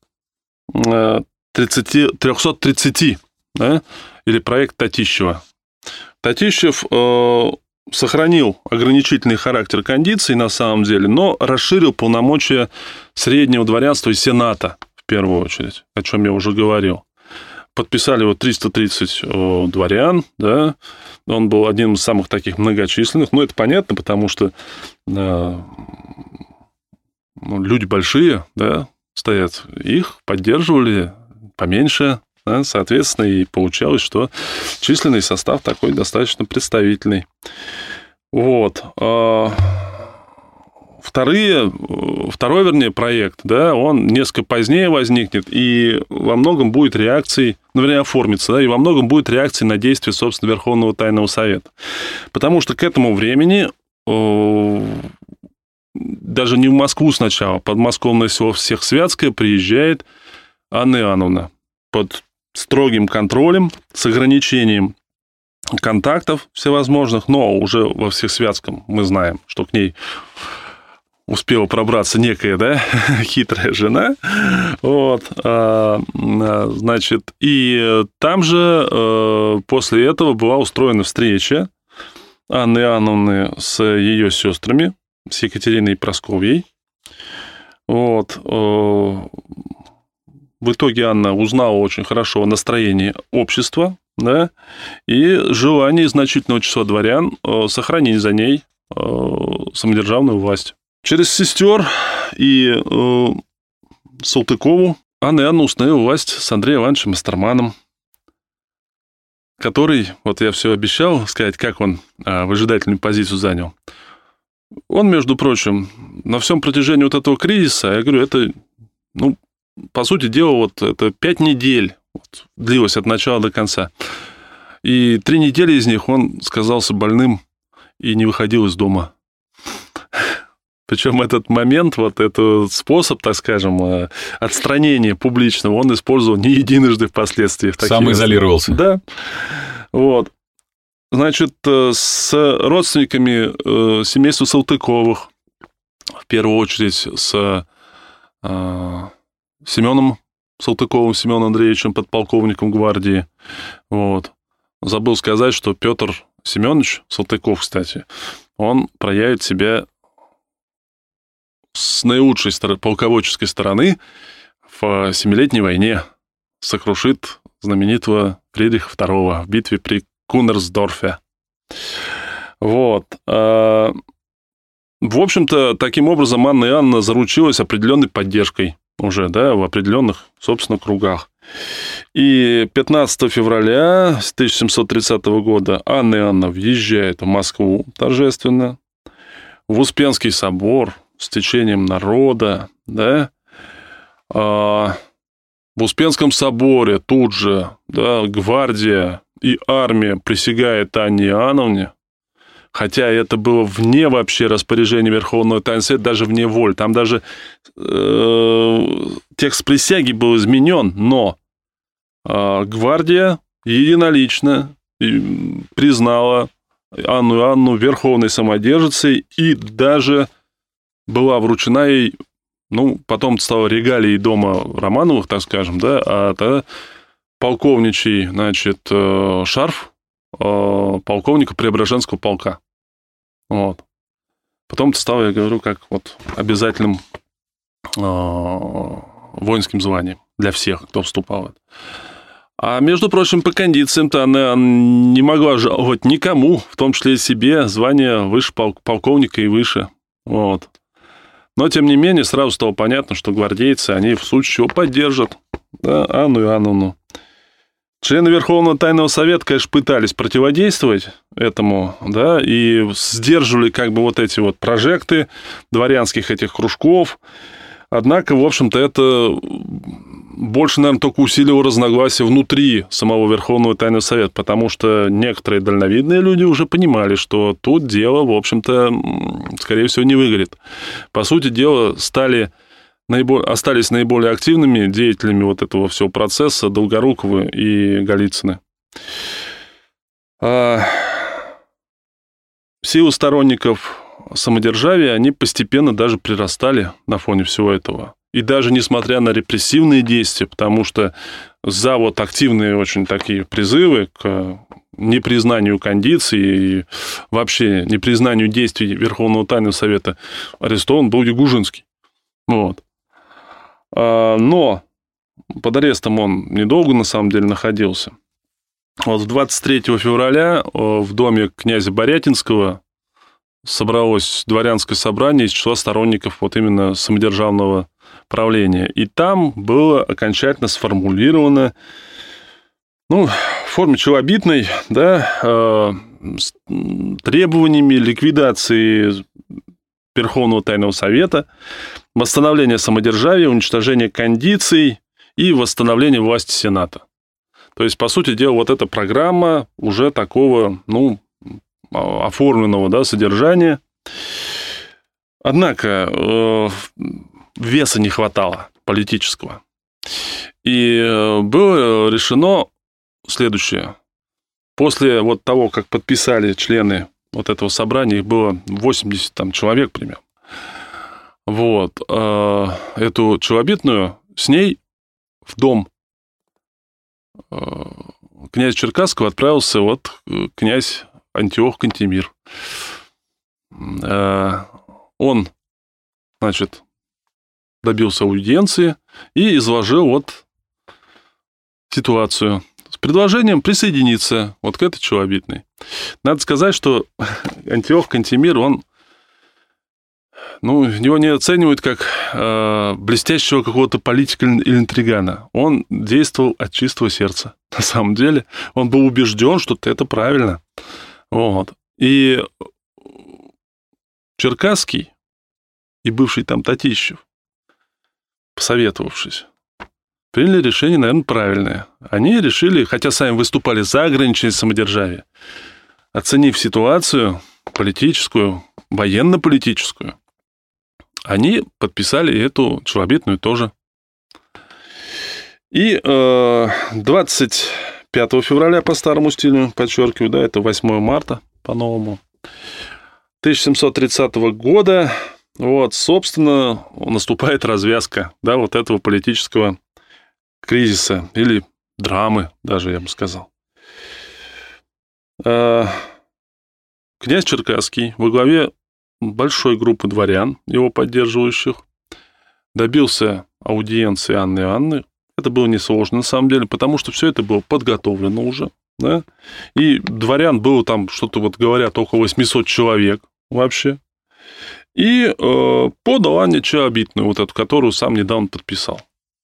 S4: 330, да, или проект Татищева. Татищев сохранил ограничительный характер кондиций на самом деле, но расширил полномочия среднего дворянства и сената, в первую очередь, о чем я уже говорил. Подписали его 330 дворян, да, он был одним из самых таких многочисленных, но это понятно, потому что люди большие, да, стоят, их поддерживали поменьше, да, соответственно, и получалось, что численный состав такой достаточно представительный. Вот. второй проект, да, он несколько позднее возникнет и во многом будет реакцией, вернее, оформится, да, и во многом будет реакцией на действия, собственно, Верховного Тайного Совета. Потому что к этому времени даже не в Москву сначала, подмосковное село Всехсвятское приезжает Анна Иоанновна под строгим контролем, с ограничением контактов всевозможных, но уже во Всехсвятском мы знаем, что к ней успела пробраться некая, да, хитрая жена. Вот. Значит, и там же после этого была устроена встреча Анны Иоанновны с ее сестрами, с Екатериной и Прасковьей. Вот. В итоге Анна узнала очень хорошо о настроении общества, да, и желании значительного числа дворян сохранить за ней самодержавную власть. Через сестер и Салтыкову Анна Иоанновна установила власть с Андреем Ивановичем Мастерманом, который, вот я все обещал сказать, как он выжидательную позицию занял. Он, между прочим, на всем протяжении вот этого кризиса, я говорю, это, ну, по сути дела, вот это 5 недель вот, длилось от начала до конца. И 3 недели из них он сказался больным и не выходил из дома. Причем этот момент, вот этот способ, так скажем, отстранения публичного, он использовал не единожды впоследствии.
S3: Сам изолировался.
S4: Да. Вот. Значит, с родственниками семейства Салтыковых, в первую очередь с Семеном Салтыковым, Семеном Андреевичем, подполковником гвардии. Вот. Забыл сказать, что Петр Семенович Салтыков, кстати, он проявит себя с наилучшей полководческой стороны в Семилетней войне, сокрушит знаменитого Фридриха II в битве при Кунерсдорфе. Вот. В общем-то, таким образом Анна Иоанновна заручилась определенной поддержкой уже, да, в определенных, собственно, кругах. И 15 февраля 1730 года Анна Иоанновна въезжает в Москву торжественно, в Успенский собор с течением народа, да. В Успенском соборе тут же, да, гвардия и армия присягает Анне Иоанновне, хотя это было вне вообще распоряжения Верховного Тайного Совета, даже вне воли. Там даже текст присяги был изменен, но гвардия единолично признала Анну Иоанновну верховной самодержицей и даже была вручена ей, ну, потом стала регалией дома Романовых, так скажем, да, а это полковничий, значит, шарф полковника Преображенского полка. Вот. Потом это стало, я говорю, как вот обязательным воинским званием для всех, кто вступал в это. А, между прочим, по кондициям-то она не могла жаловать никому, в том числе и себе, звание выше полковника и выше. Вот. Но, тем не менее, сразу стало понятно, что гвардейцы, они в случае чего поддержат, да, Анну Иоанновну. Члены Верховного Тайного Совета, конечно, пытались противодействовать этому, да, и сдерживали как бы вот эти вот прожекты дворянских этих кружков. Однако, в общем-то, это больше, наверное, только усилило разногласия внутри самого Верховного Тайного Совета, потому что некоторые дальновидные люди уже понимали, что тут дело, в общем-то, скорее всего, не выгорит. По сути дела, остались наиболее активными деятелями вот этого всего процесса Долгоруковы и Голицыны. Силы сторонников самодержавия, они постепенно даже прирастали на фоне всего этого. И даже несмотря на репрессивные действия, потому что за вот активные очень такие призывы к непризнанию кондиций и вообще непризнанию действий Верховного Тайного Совета арестован был Ягужинский. Вот. Но под арестом он недолго, на самом деле, находился. Вот 23 февраля в доме князя Борятинского собралось дворянское собрание из числа сторонников вот именно самодержавного правления. И там было окончательно сформулировано, ну, в форме челобитной, да, с требованиями ликвидации Верховного Тайного Совета, восстановление самодержавия, уничтожение кондиций и восстановление власти Сената. То есть, по сути дела, вот эта программа уже такого, оформленного, содержания. Однако веса не хватало политического. И было решено следующее. После вот того, как подписали члены вот этого собрания, их было 80 человек примерно. Вот. Эту челобитную с ней в дом князя Черкасского отправился князь Антиох Кантемир. Он, добился аудиенции и изложил ситуацию с предложением присоединиться к этой челобитной. Надо сказать, что Антиох Кантемир, его не оценивают как блестящего какого-то политика или интригана. Он действовал от чистого сердца. На самом деле, он был убежден, что это правильно. Вот. И Черкасский и бывший там Татищев, посоветовавшись, приняли решение, наверное, правильное. Они решили, хотя сами выступали за ограничение самодержавия, оценив ситуацию политическую, военно-политическую, они подписали эту челобитную тоже. И 25 февраля по старому стилю, подчеркиваю, это 8 марта по-новому, 1730 года, собственно, наступает развязка, этого политического кризиса или драмы, даже я бы сказал. Князь Черкасский во главе большой группы дворян, его поддерживающих, добился аудиенции Анны Иоанновны. Это было несложно, на самом деле, потому что все это было подготовлено уже. Да? И дворян было там, что-то говорят, около 800 человек вообще. И подал Анне челобитную, эту, которую сам недавно подписал.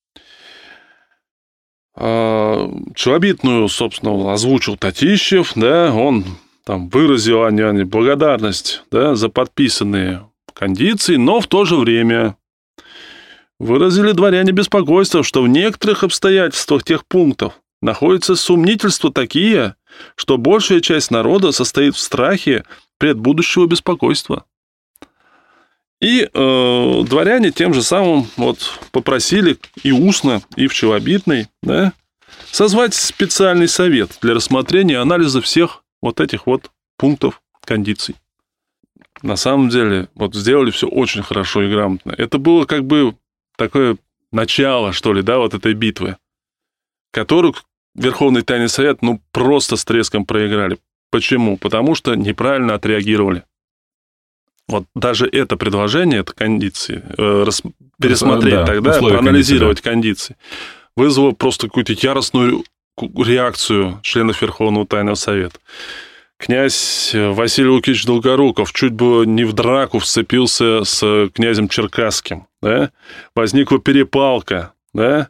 S4: Челобитную, собственно, озвучил Татищев, он там выразил Анне благодарность, за подписанные кондиции, но в то же время выразили дворяне беспокойство, что в некоторых обстоятельствах тех пунктов находятся сомнительства такие, что большая часть народа состоит в страхе пред будущего беспокойства. И дворяне тем же самым попросили и устно, и в челобитной, созвать специальный совет для рассмотрения и анализа всех этих пунктов кондиций. На самом деле, сделали все очень хорошо и грамотно. Это было такое начало, что ли, этой битвы, которую Верховный Тайный Совет, просто с треском проиграли. Почему? Потому что неправильно отреагировали. Даже это предложение, это кондиции, пересмотреть тогда, проанализировать кондиции, вызвало просто какую-то яростную реакцию членов Верховного Тайного Совета. Князь Василий Лукич Долгоруков чуть было не в драку вцепился с князем Черкасским. Возникла перепалка. Анна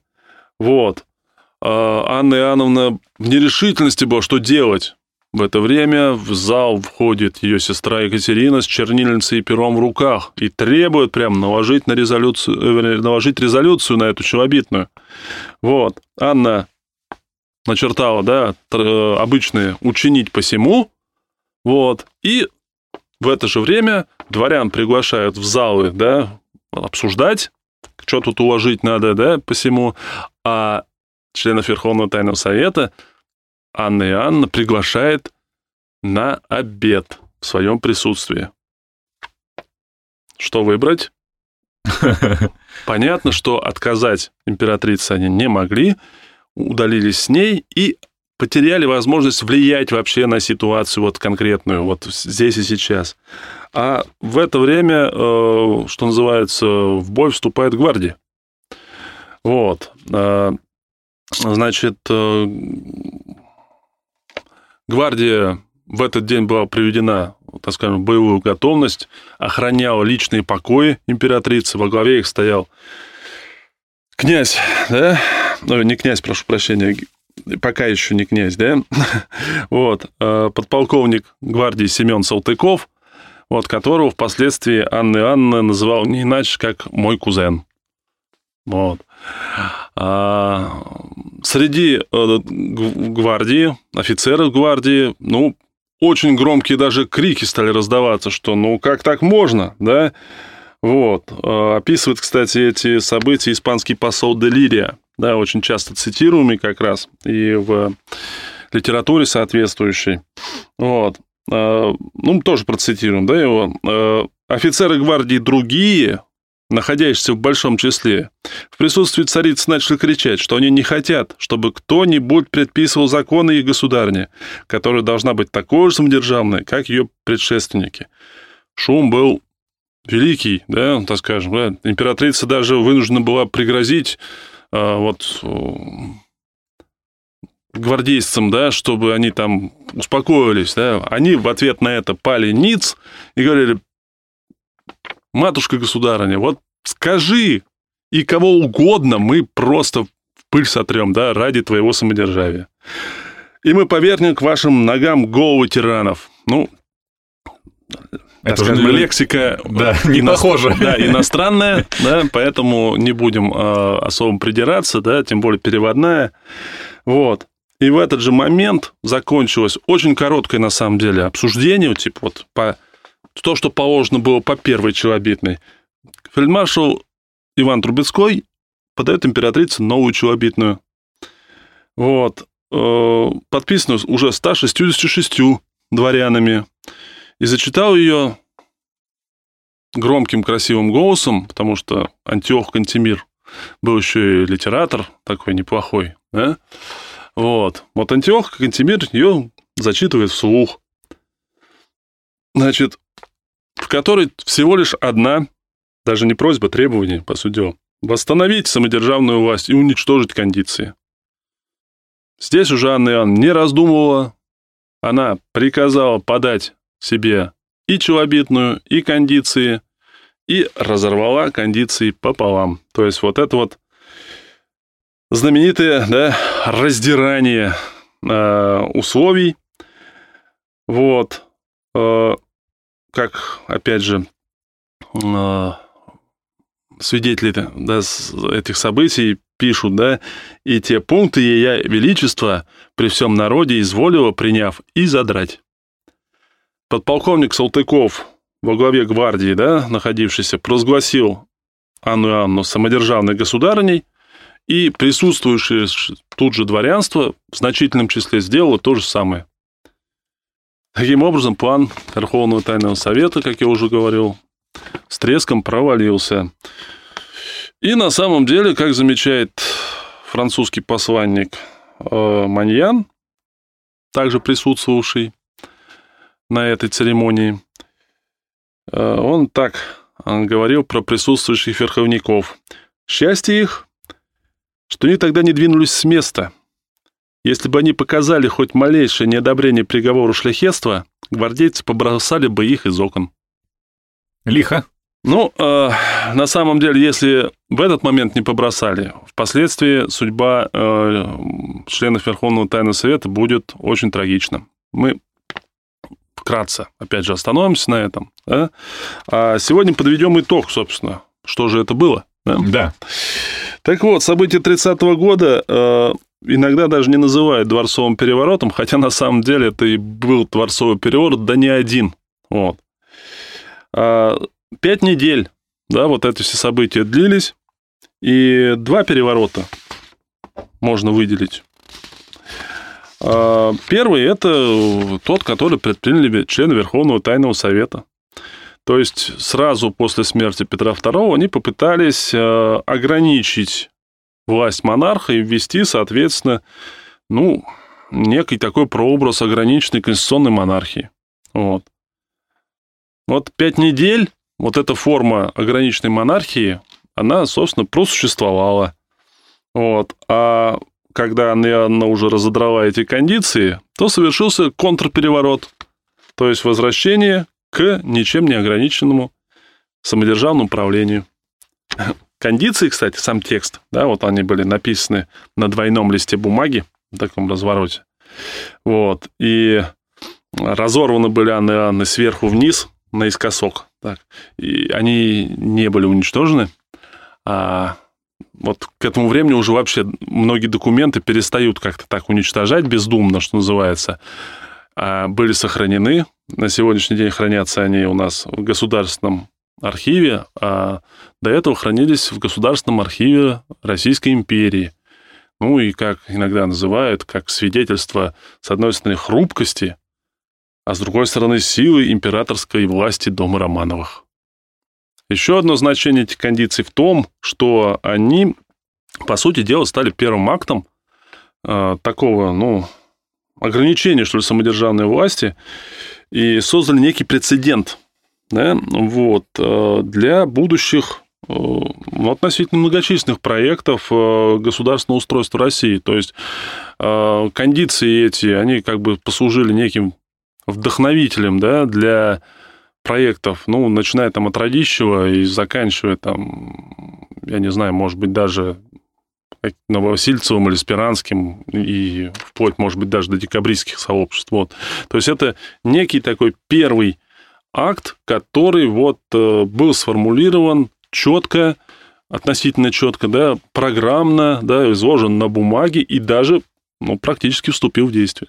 S4: Иоанновна в нерешительности была, что делать. В это время в зал входит ее сестра Екатерина с чернильницей и пером в руках и требует прям наложить резолюцию на эту челобитную. Анна начертала, обычные «учинить посему», и в это же время дворян приглашают в залы, обсуждать, что тут уложить надо, посему, а членов Верховного Тайного Совета Анна Иоанновна приглашает на обед в своем присутствии. Что выбрать? Понятно, что отказать императрице они не могли, удалились с ней и потеряли возможность влиять вообще на ситуацию конкретную, здесь и сейчас. А в это время, что называется, в бой вступает гвардия. Гвардия в этот день была приведена, так скажем, в боевую готовность, охраняла личные покои императрицы, во главе их стоял князь, не князь, прошу прощения, пока еще не князь, подполковник гвардии Семен Салтыков, вот, которого впоследствии Анна Иоанновна называла не иначе, как «мой кузен». Вот. Среди гвардии, офицеров гвардии, ну, очень громкие даже крики стали раздаваться, что ну как так можно, да? Вот. Описывает, кстати, эти события испанский посол де Лирия, да, очень часто цитируемый как раз и в литературе соответствующей. Вот. Ну, тоже процитируем, да, его. Офицеры гвардии другие, находящиеся в большом числе, в присутствии царицы начали кричать, что они не хотят, чтобы кто-нибудь предписывал законы их государни, которая должна быть такой же самодержавной, как ее предшественники. Шум был великий, да, так скажем, да. Императрица даже вынуждена была пригрозить гвардейцам, да, чтобы они там успокоились, да. Они в ответ на это пали ниц и говорили: матушка государыня, вот скажи, и кого угодно мы просто в пыль сотрем, да, ради твоего самодержавия. И мы повернем к вашим ногам головы тиранов. Ну, это уже лексика,
S3: да, не похожа.
S4: Да, иностранная, да, поэтому не будем особо придираться, да, тем более переводная. Вот. И в этот же момент закончилось очень короткое, на самом деле, обсуждение, типа вот то, что положено было по первой челобитной. Фельдмаршал Иван Трубецкой подает императрице новую челобитную. Вот. Подписанную уже 166 дворянами. И зачитал ее громким, красивым голосом, потому что Антиох Кантемир был еще и литератор такой неплохой. Да? Вот Антиох Кантемир ее зачитывает вслух. Значит, в которой всего лишь одна, даже не просьба, требование, по сути дела, восстановить самодержавную власть и уничтожить кондиции. Здесь уже Анна Иоанновна не раздумывала, она приказала подать себе и челобитную, и кондиции, и разорвала кондиции пополам. То есть вот это вот знаменитое, да, раздирание условий, вот, как, опять же, свидетели, да, этих событий пишут, да, и те пункты Ея Величества при всем народе изволило, приняв, и задрать. Подполковник Салтыков во главе гвардии, да, находившийся, провозгласил Анну Иоанновну самодержавной государыней, и присутствующее тут же дворянство в значительном числе сделало то же самое. Таким образом, план Верховного Тайного Совета, как я уже говорил, с треском провалился. И на самом деле, как замечает французский посланник Маньян, также присутствовавший на этой церемонии, он говорил про присутствующих верховников. Счастье их, что они тогда не двинулись с места. Если бы они показали хоть малейшее неодобрение приговору шляхетства, гвардейцы побросали бы их из окон.
S3: Лихо.
S4: Ну, на самом деле, если в этот момент не побросали, впоследствии судьба членов Верховного Тайного Совета будет очень трагична. Мы вкратце, опять же, остановимся на этом. Да? А сегодня подведем итог, собственно, что же это было. Да.
S3: Да.
S4: Так вот, события 30-го года иногда даже не называют дворцовым переворотом, хотя на самом деле это и был дворцовый переворот, да не один. Вот. 5 недель, да, вот эти все события длились, и 2 переворота можно выделить. Первый – это тот, который предприняли члены Верховного Тайного Совета. То есть сразу после смерти Петра II они попытались ограничить власть монарха и ввести, соответственно, ну, некий такой прообраз ограниченной конституционной монархии. Вот 5 недель, вот эта форма ограниченной монархии, она, собственно, просуществовала. Вот. А когда она уже разодрала эти кондиции, то совершился контрпереворот, то есть возвращение к ничем не ограниченному самодержавному правлению. Кондиции, кстати, сам текст, да, вот они были написаны на двойном листе бумаги в таком развороте. Вот. И разорваны были Анны Иоанновны сверху вниз, наискосок. Так. И они не были уничтожены. А вот к этому времени уже вообще многие документы перестают как-то так уничтожать бездумно, что называется. А были сохранены. На сегодняшний день хранятся они у нас в Государственном архиве, а до этого хранились в Государственном архиве Российской империи. Ну и, как иногда называют, как свидетельство, с одной стороны, хрупкости, а с другой стороны, силы императорской власти дома Романовых. Еще одно значение этих кондиций в том, что они, по сути дела, стали первым актом такого, ограничения, что ли, самодержавной власти и создали некий прецедент, да, для будущих относительно многочисленных проектов государственного устройства России. То есть кондиции эти, они как бы послужили неким вдохновителем, да, для проектов, начиная там от Радищева и заканчивая там, я не знаю, может быть, даже Новосильцевым или Спиранским, и вплоть, может быть, даже до декабристских сообществ. То есть это некий такой первый акт, который был сформулирован четко, относительно четко, да, программно, да, изложен на бумаге и даже практически вступил в действие.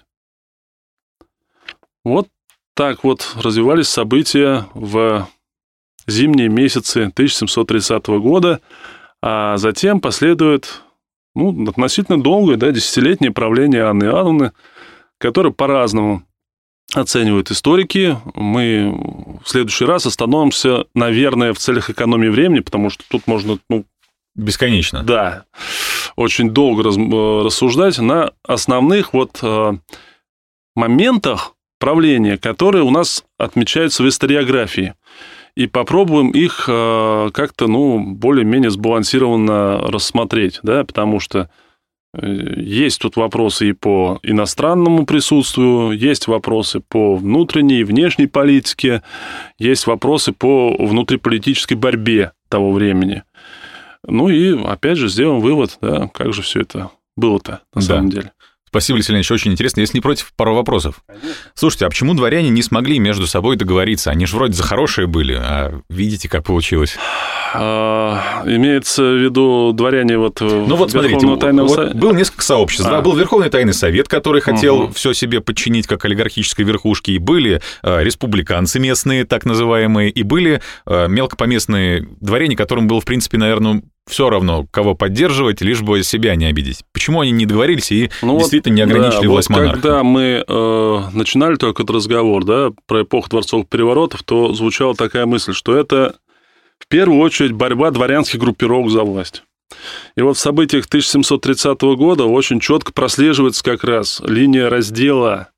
S4: Вот так развивались события в зимние месяцы 1730 года, а затем последует относительно долгое, да, десятилетнее правление Анны Иоанновны, которое по-разному оценивают историки. Мы в следующий раз остановимся, наверное, в целях экономии времени, потому что тут можно...
S3: бесконечно.
S4: Да, очень долго рассуждать на основных моментах правления, которые у нас отмечаются в историографии. И попробуем их как-то, более-менее сбалансированно рассмотреть, да, потому что есть тут вопросы и по иностранному присутствию, есть вопросы по внутренней и внешней политике, есть вопросы по внутриполитической борьбе того времени. И, опять же, сделаем вывод, да, как же все это было-то на самом деле.
S3: Спасибо, Алексей Леонидович, очень интересно. Если не против, пару вопросов. Конечно. Слушайте, а почему дворяне не смогли между собой договориться? Они же вроде за хорошие были, а видите, как получилось?
S4: Имеется в виду дворяне
S3: Верховного Тайного Совета? Было несколько сообществ. Да, был Верховный Тайный Совет, который хотел все себе подчинить как олигархической верхушке, и были республиканцы местные, так называемые, и были мелкопоместные дворяне, которым было, в принципе, наверное, все равно, кого поддерживать, лишь бы себя не обидеть. Почему они не договорились и действительно не ограничили власть монарха?
S4: Когда мы начинали только этот разговор, да, про эпоху дворцовых переворотов, то звучала такая мысль, что это в первую очередь борьба дворянских группировок за власть. И в событиях 1730 года очень четко прослеживается как раз линия раздела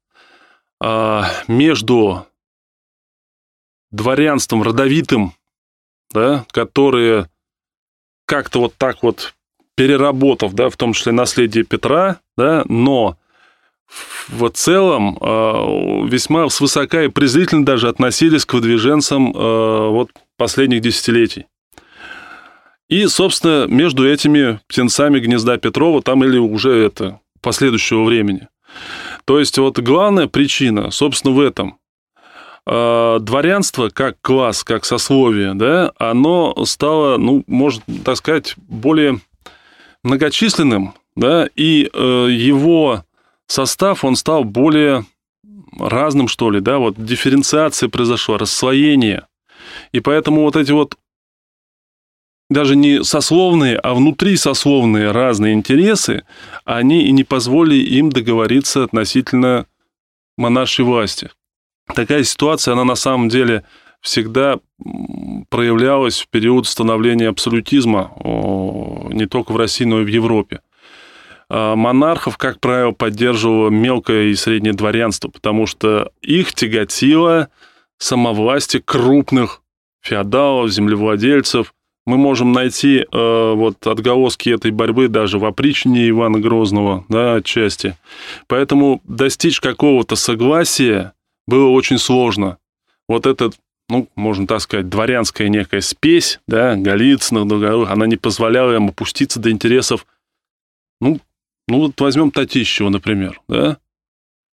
S4: между дворянством родовитым, да, которые как-то переработав, да, в том числе наследие Петра, да, но в целом весьма свысока и презрительно даже относились к выдвиженцам последних десятилетий. И, собственно, между этими птенцами гнезда Петрова там или уже последующего времени. То есть главная причина, собственно, в этом. Дворянство как класс, как сословие, да, оно стало, можно так сказать, более многочисленным, да, и его состав, он стал более разным, что ли, да, дифференциация произошла, расслоение. И поэтому эти даже не сословные, а внутрисословные разные интересы, они и не позволили им договориться относительно монаршей власти. Такая ситуация, она на самом деле всегда проявлялась в период становления абсолютизма, не только в России, но и в Европе. Монархов, как правило, поддерживало мелкое и среднее дворянство, потому что их тяготило самовластие крупных феодалов, землевладельцев. Мы можем найти отголоски этой борьбы даже в опричнине Ивана Грозного, да, отчасти. Поэтому достичь какого-то согласия было очень сложно. Можно так сказать, дворянская некая спесь, да, Голицыных, Долгоруких, она не позволяла им опуститься до интересов, возьмем Татищева, например, да.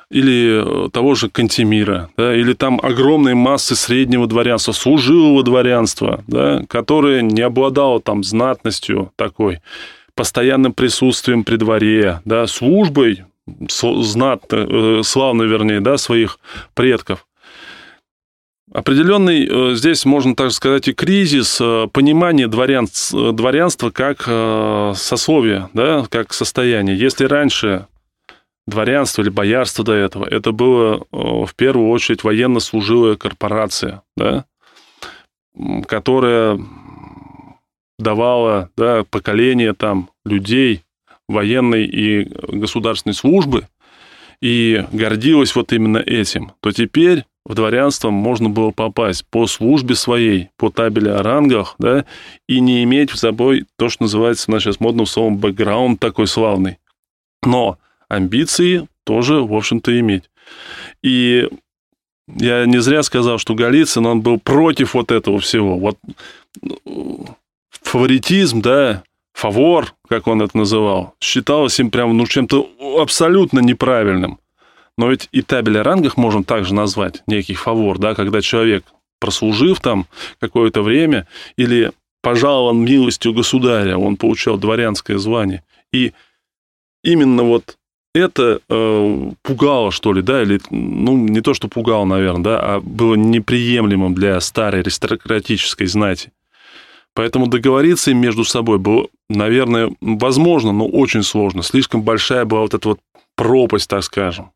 S4: или того же Кантемира, да, или там огромные массы среднего дворянства, служилого дворянства, да, которое не обладало там знатностью такой, постоянным присутствием при дворе, да, службой славной, вернее, да, своих предков. Определенный здесь, можно так сказать, и кризис понимания дворянства как сословия, да, как состояние. Если раньше дворянство или боярство до этого, это было в первую очередь военно-служилая корпорация, да, которая давала, да, поколение там людей военной и государственной службы и гордилась вот именно этим, то теперь в дворянство можно было попасть по службе своей, по табели о рангах, да, и не иметь в собой то, что называется, сейчас модным словом, бэкграунд такой славный. Но амбиции тоже, в общем-то, иметь. И я не зря сказал, что Голицын, он был против вот этого всего. Вот фаворитизм, да, фавор, как он это называл, считалось им прям, чем-то абсолютно неправильным. Но ведь и табель о рангах можем также назвать некий фавор, да, когда человек, прослужив там какое-то время или пожалован милостью государя, он получал дворянское звание. И именно вот это пугало, что ли, да, или, не то, что пугало, наверное, да, а было неприемлемым для старой аристократической знати. Поэтому договориться им между собой было, наверное, возможно, но очень сложно. Слишком большая была вот эта вот пропасть, так скажем.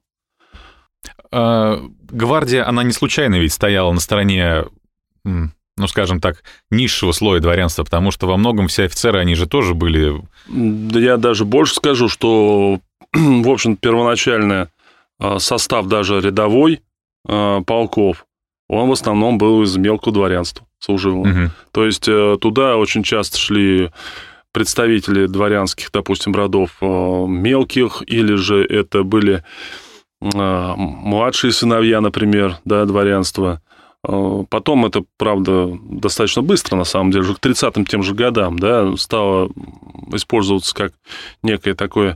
S3: Гвардия, она не случайно ведь стояла на стороне, скажем так, низшего слоя дворянства, потому что во многом все офицеры, они же тоже были...
S4: Да я даже больше скажу, что, в общем, первоначальный состав даже рядовой полков, он в основном был из мелкого дворянства служилого. Угу. То есть туда очень часто шли представители дворянских, допустим, родов мелких, или же это были младшие сыновья, например, да, дворянства. Потом это, правда, достаточно быстро, на самом деле, уже к 30-м тем же годам, да, стало использоваться как некое такое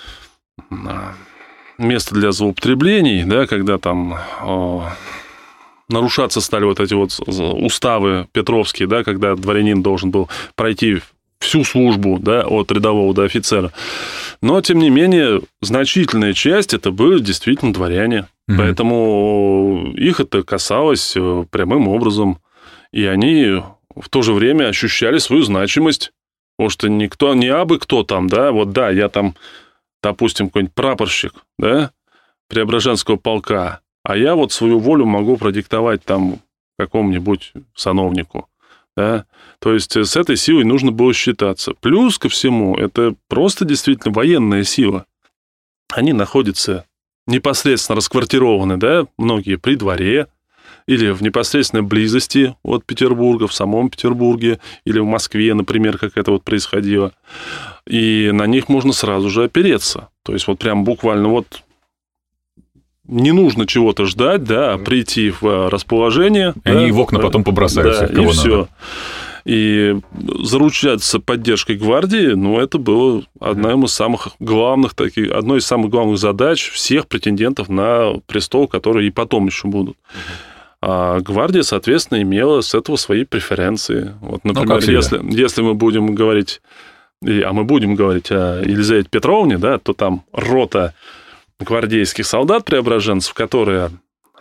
S4: место для злоупотреблений, да, когда там нарушаться стали вот эти вот уставы петровские, да, когда дворянин должен был пройти всю службу, да, от рядового до офицера. Но, тем не менее, значительная часть это были действительно дворяне. Mm-hmm. Поэтому их это касалось прямым образом. И они в то же время ощущали свою значимость. Потому что никто, не абы кто там, да, вот да, я там, допустим, какой-нибудь прапорщик, да, Преображенского полка, а я вот свою волю могу продиктовать там какому-нибудь сановнику. Да? То есть с этой силой нужно было считаться. Плюс ко всему, это просто действительно военная сила. Они находятся непосредственно расквартированы, да, многие при дворе или в непосредственной близости от Петербурга, в самом Петербурге или в Москве, например, как это вот происходило. И на них можно сразу же опереться. То есть вот прям буквально вот не нужно чего-то ждать, да, а прийти в расположение.
S3: Они и в окна потом побросают всех, кого
S4: и все. И заручаться поддержкой гвардии, это было одной из самых главных задач всех претендентов на престол, которые и потом еще будут. А гвардия, соответственно, имела с этого свои преференции. Вот, например, если мы будем говорить, мы будем говорить о Елизавете Петровне, да, то там рота гвардейских солдат-преображенцев, которые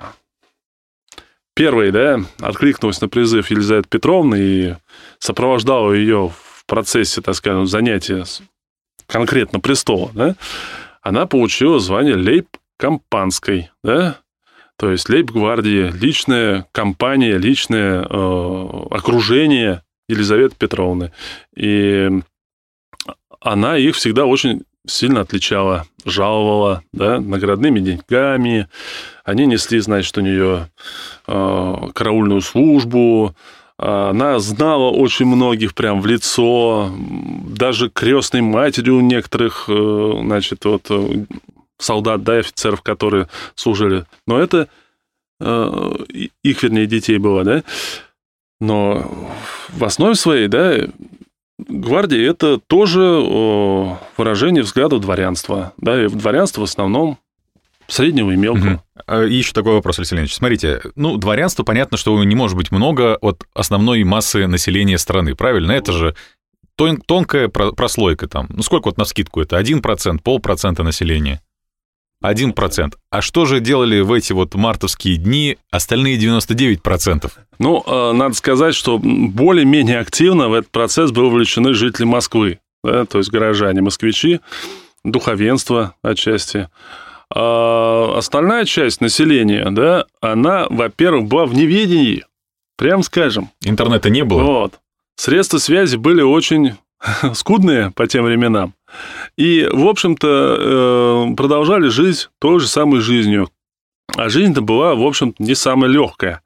S4: первые, да, откликнулись на призыв Елизаветы Петровны и сопровождала ее в процессе, так скажем, занятия конкретно престола, да, она получила звание лейб-компанской, да, то есть лейб-гвардии, личная компания, личное окружение Елизаветы Петровны. И она их всегда очень сильно отличала, жаловала, да, наградными деньгами. Они несли, значит, у нее караульную службу. Она знала очень многих прям в лицо, даже крестной матерью у некоторых, значит, вот солдат, да, офицеров, которые служили. Но это их, вернее, детей было, да. Но в основе своей, да, гвардия – это тоже выражение взглядов дворянства. Да, и дворянство в основном Среднего и мелкого.
S3: И еще такой вопрос, Алексей Леонидович. Смотрите, дворянство, понятно, что не может быть много от основной массы населения страны, правильно? Это же тонкая прослойка там. Сколько вот навскидку это? 1%, 0,5% населения? 1%. А что же делали в эти вот мартовские дни остальные 99%?
S4: Надо сказать, что более-менее активно в этот процесс были вовлечены жители Москвы, да, то есть горожане, москвичи, духовенство отчасти. А остальная часть населения, да, она, во-первых, была в неведении, прям скажем.
S3: Интернета не было?
S4: Вот. Средства связи были очень скудные по тем временам. И, в общем-то, продолжали жить той же самой жизнью. А жизнь-то была, в общем-то, не самая легкая.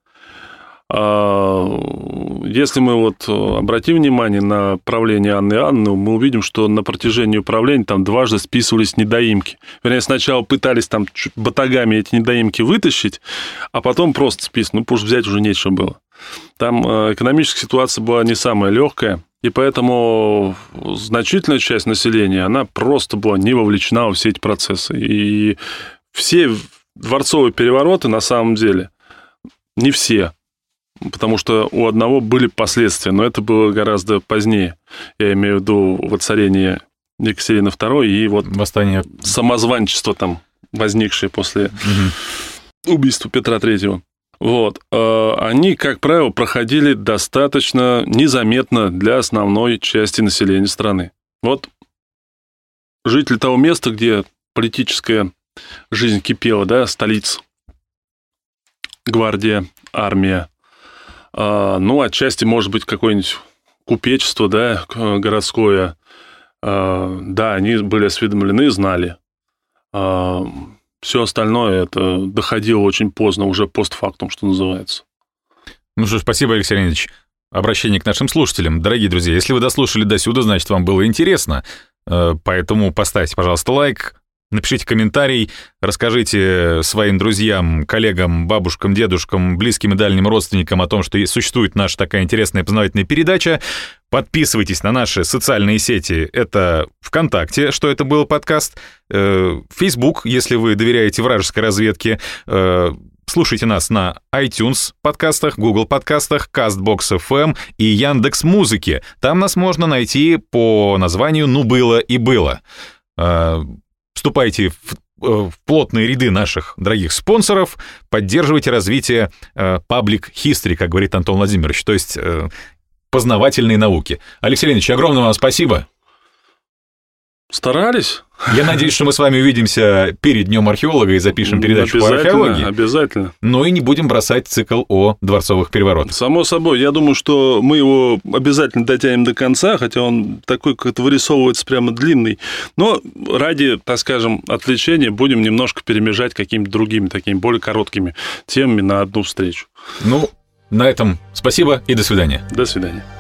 S4: Если мы обратим внимание на правление Анны Иоанновны, мы увидим, что на протяжении управления там дважды списывались недоимки. Вернее, сначала пытались там батагами эти недоимки вытащить, а потом просто списывать. Потому что взять уже нечего было. Там экономическая ситуация была не самая легкая, и поэтому значительная часть населения, она просто была не вовлечена во все эти процессы. И все дворцовые перевороты, на самом деле, не все, потому что у одного были последствия, но это было гораздо позднее. Я имею в виду воцарение Екатерины II и
S3: восстание,
S4: самозванчество там, возникшее после убийства Петра III. Они, как правило, проходили достаточно незаметно для основной части населения страны. Жители того места, где политическая жизнь кипела, да, столица, гвардия, армия, отчасти, может быть, какое-нибудь купечество, да, городское, да, они были осведомлены, знали. Все остальное это доходило очень поздно, уже постфактум, что называется.
S3: Что ж, спасибо, Алексей Леонидович. Обращение к нашим слушателям. Дорогие друзья, если вы дослушали до сюда, значит, вам было интересно. Поэтому поставьте, пожалуйста, лайк, напишите комментарий, расскажите своим друзьям, коллегам, бабушкам, дедушкам, близким и дальним родственникам о том, что существует наша такая интересная познавательная передача. Подписывайтесь на наши социальные сети. Это ВКонтакте, что это был подкаст, Facebook, если вы доверяете вражеской разведке. Слушайте нас на iTunes подкастах, Google подкастах, CastBox FM и Яндекс.Музыке. Там нас можно найти по названию «Ну было и было». Вступайте в плотные ряды наших дорогих спонсоров, поддерживайте развитие public history, как говорит Антон Владимирович, то есть познавательные науки. Алексей Леонидович, огромное вам спасибо.
S4: Старались.
S3: Я надеюсь, что мы с вами увидимся перед Днем археолога и запишем передачу по археологии.
S4: Обязательно.
S3: Но и не будем бросать цикл о дворцовых переворотах.
S4: Само собой. Я думаю, что мы его обязательно дотянем до конца, хотя он такой как-то вырисовывается прямо длинный. Но ради, так скажем, отвлечения будем немножко перемежать какими-то другими, такими более короткими темами на одну встречу.
S3: На этом спасибо и до свидания.
S4: До свидания.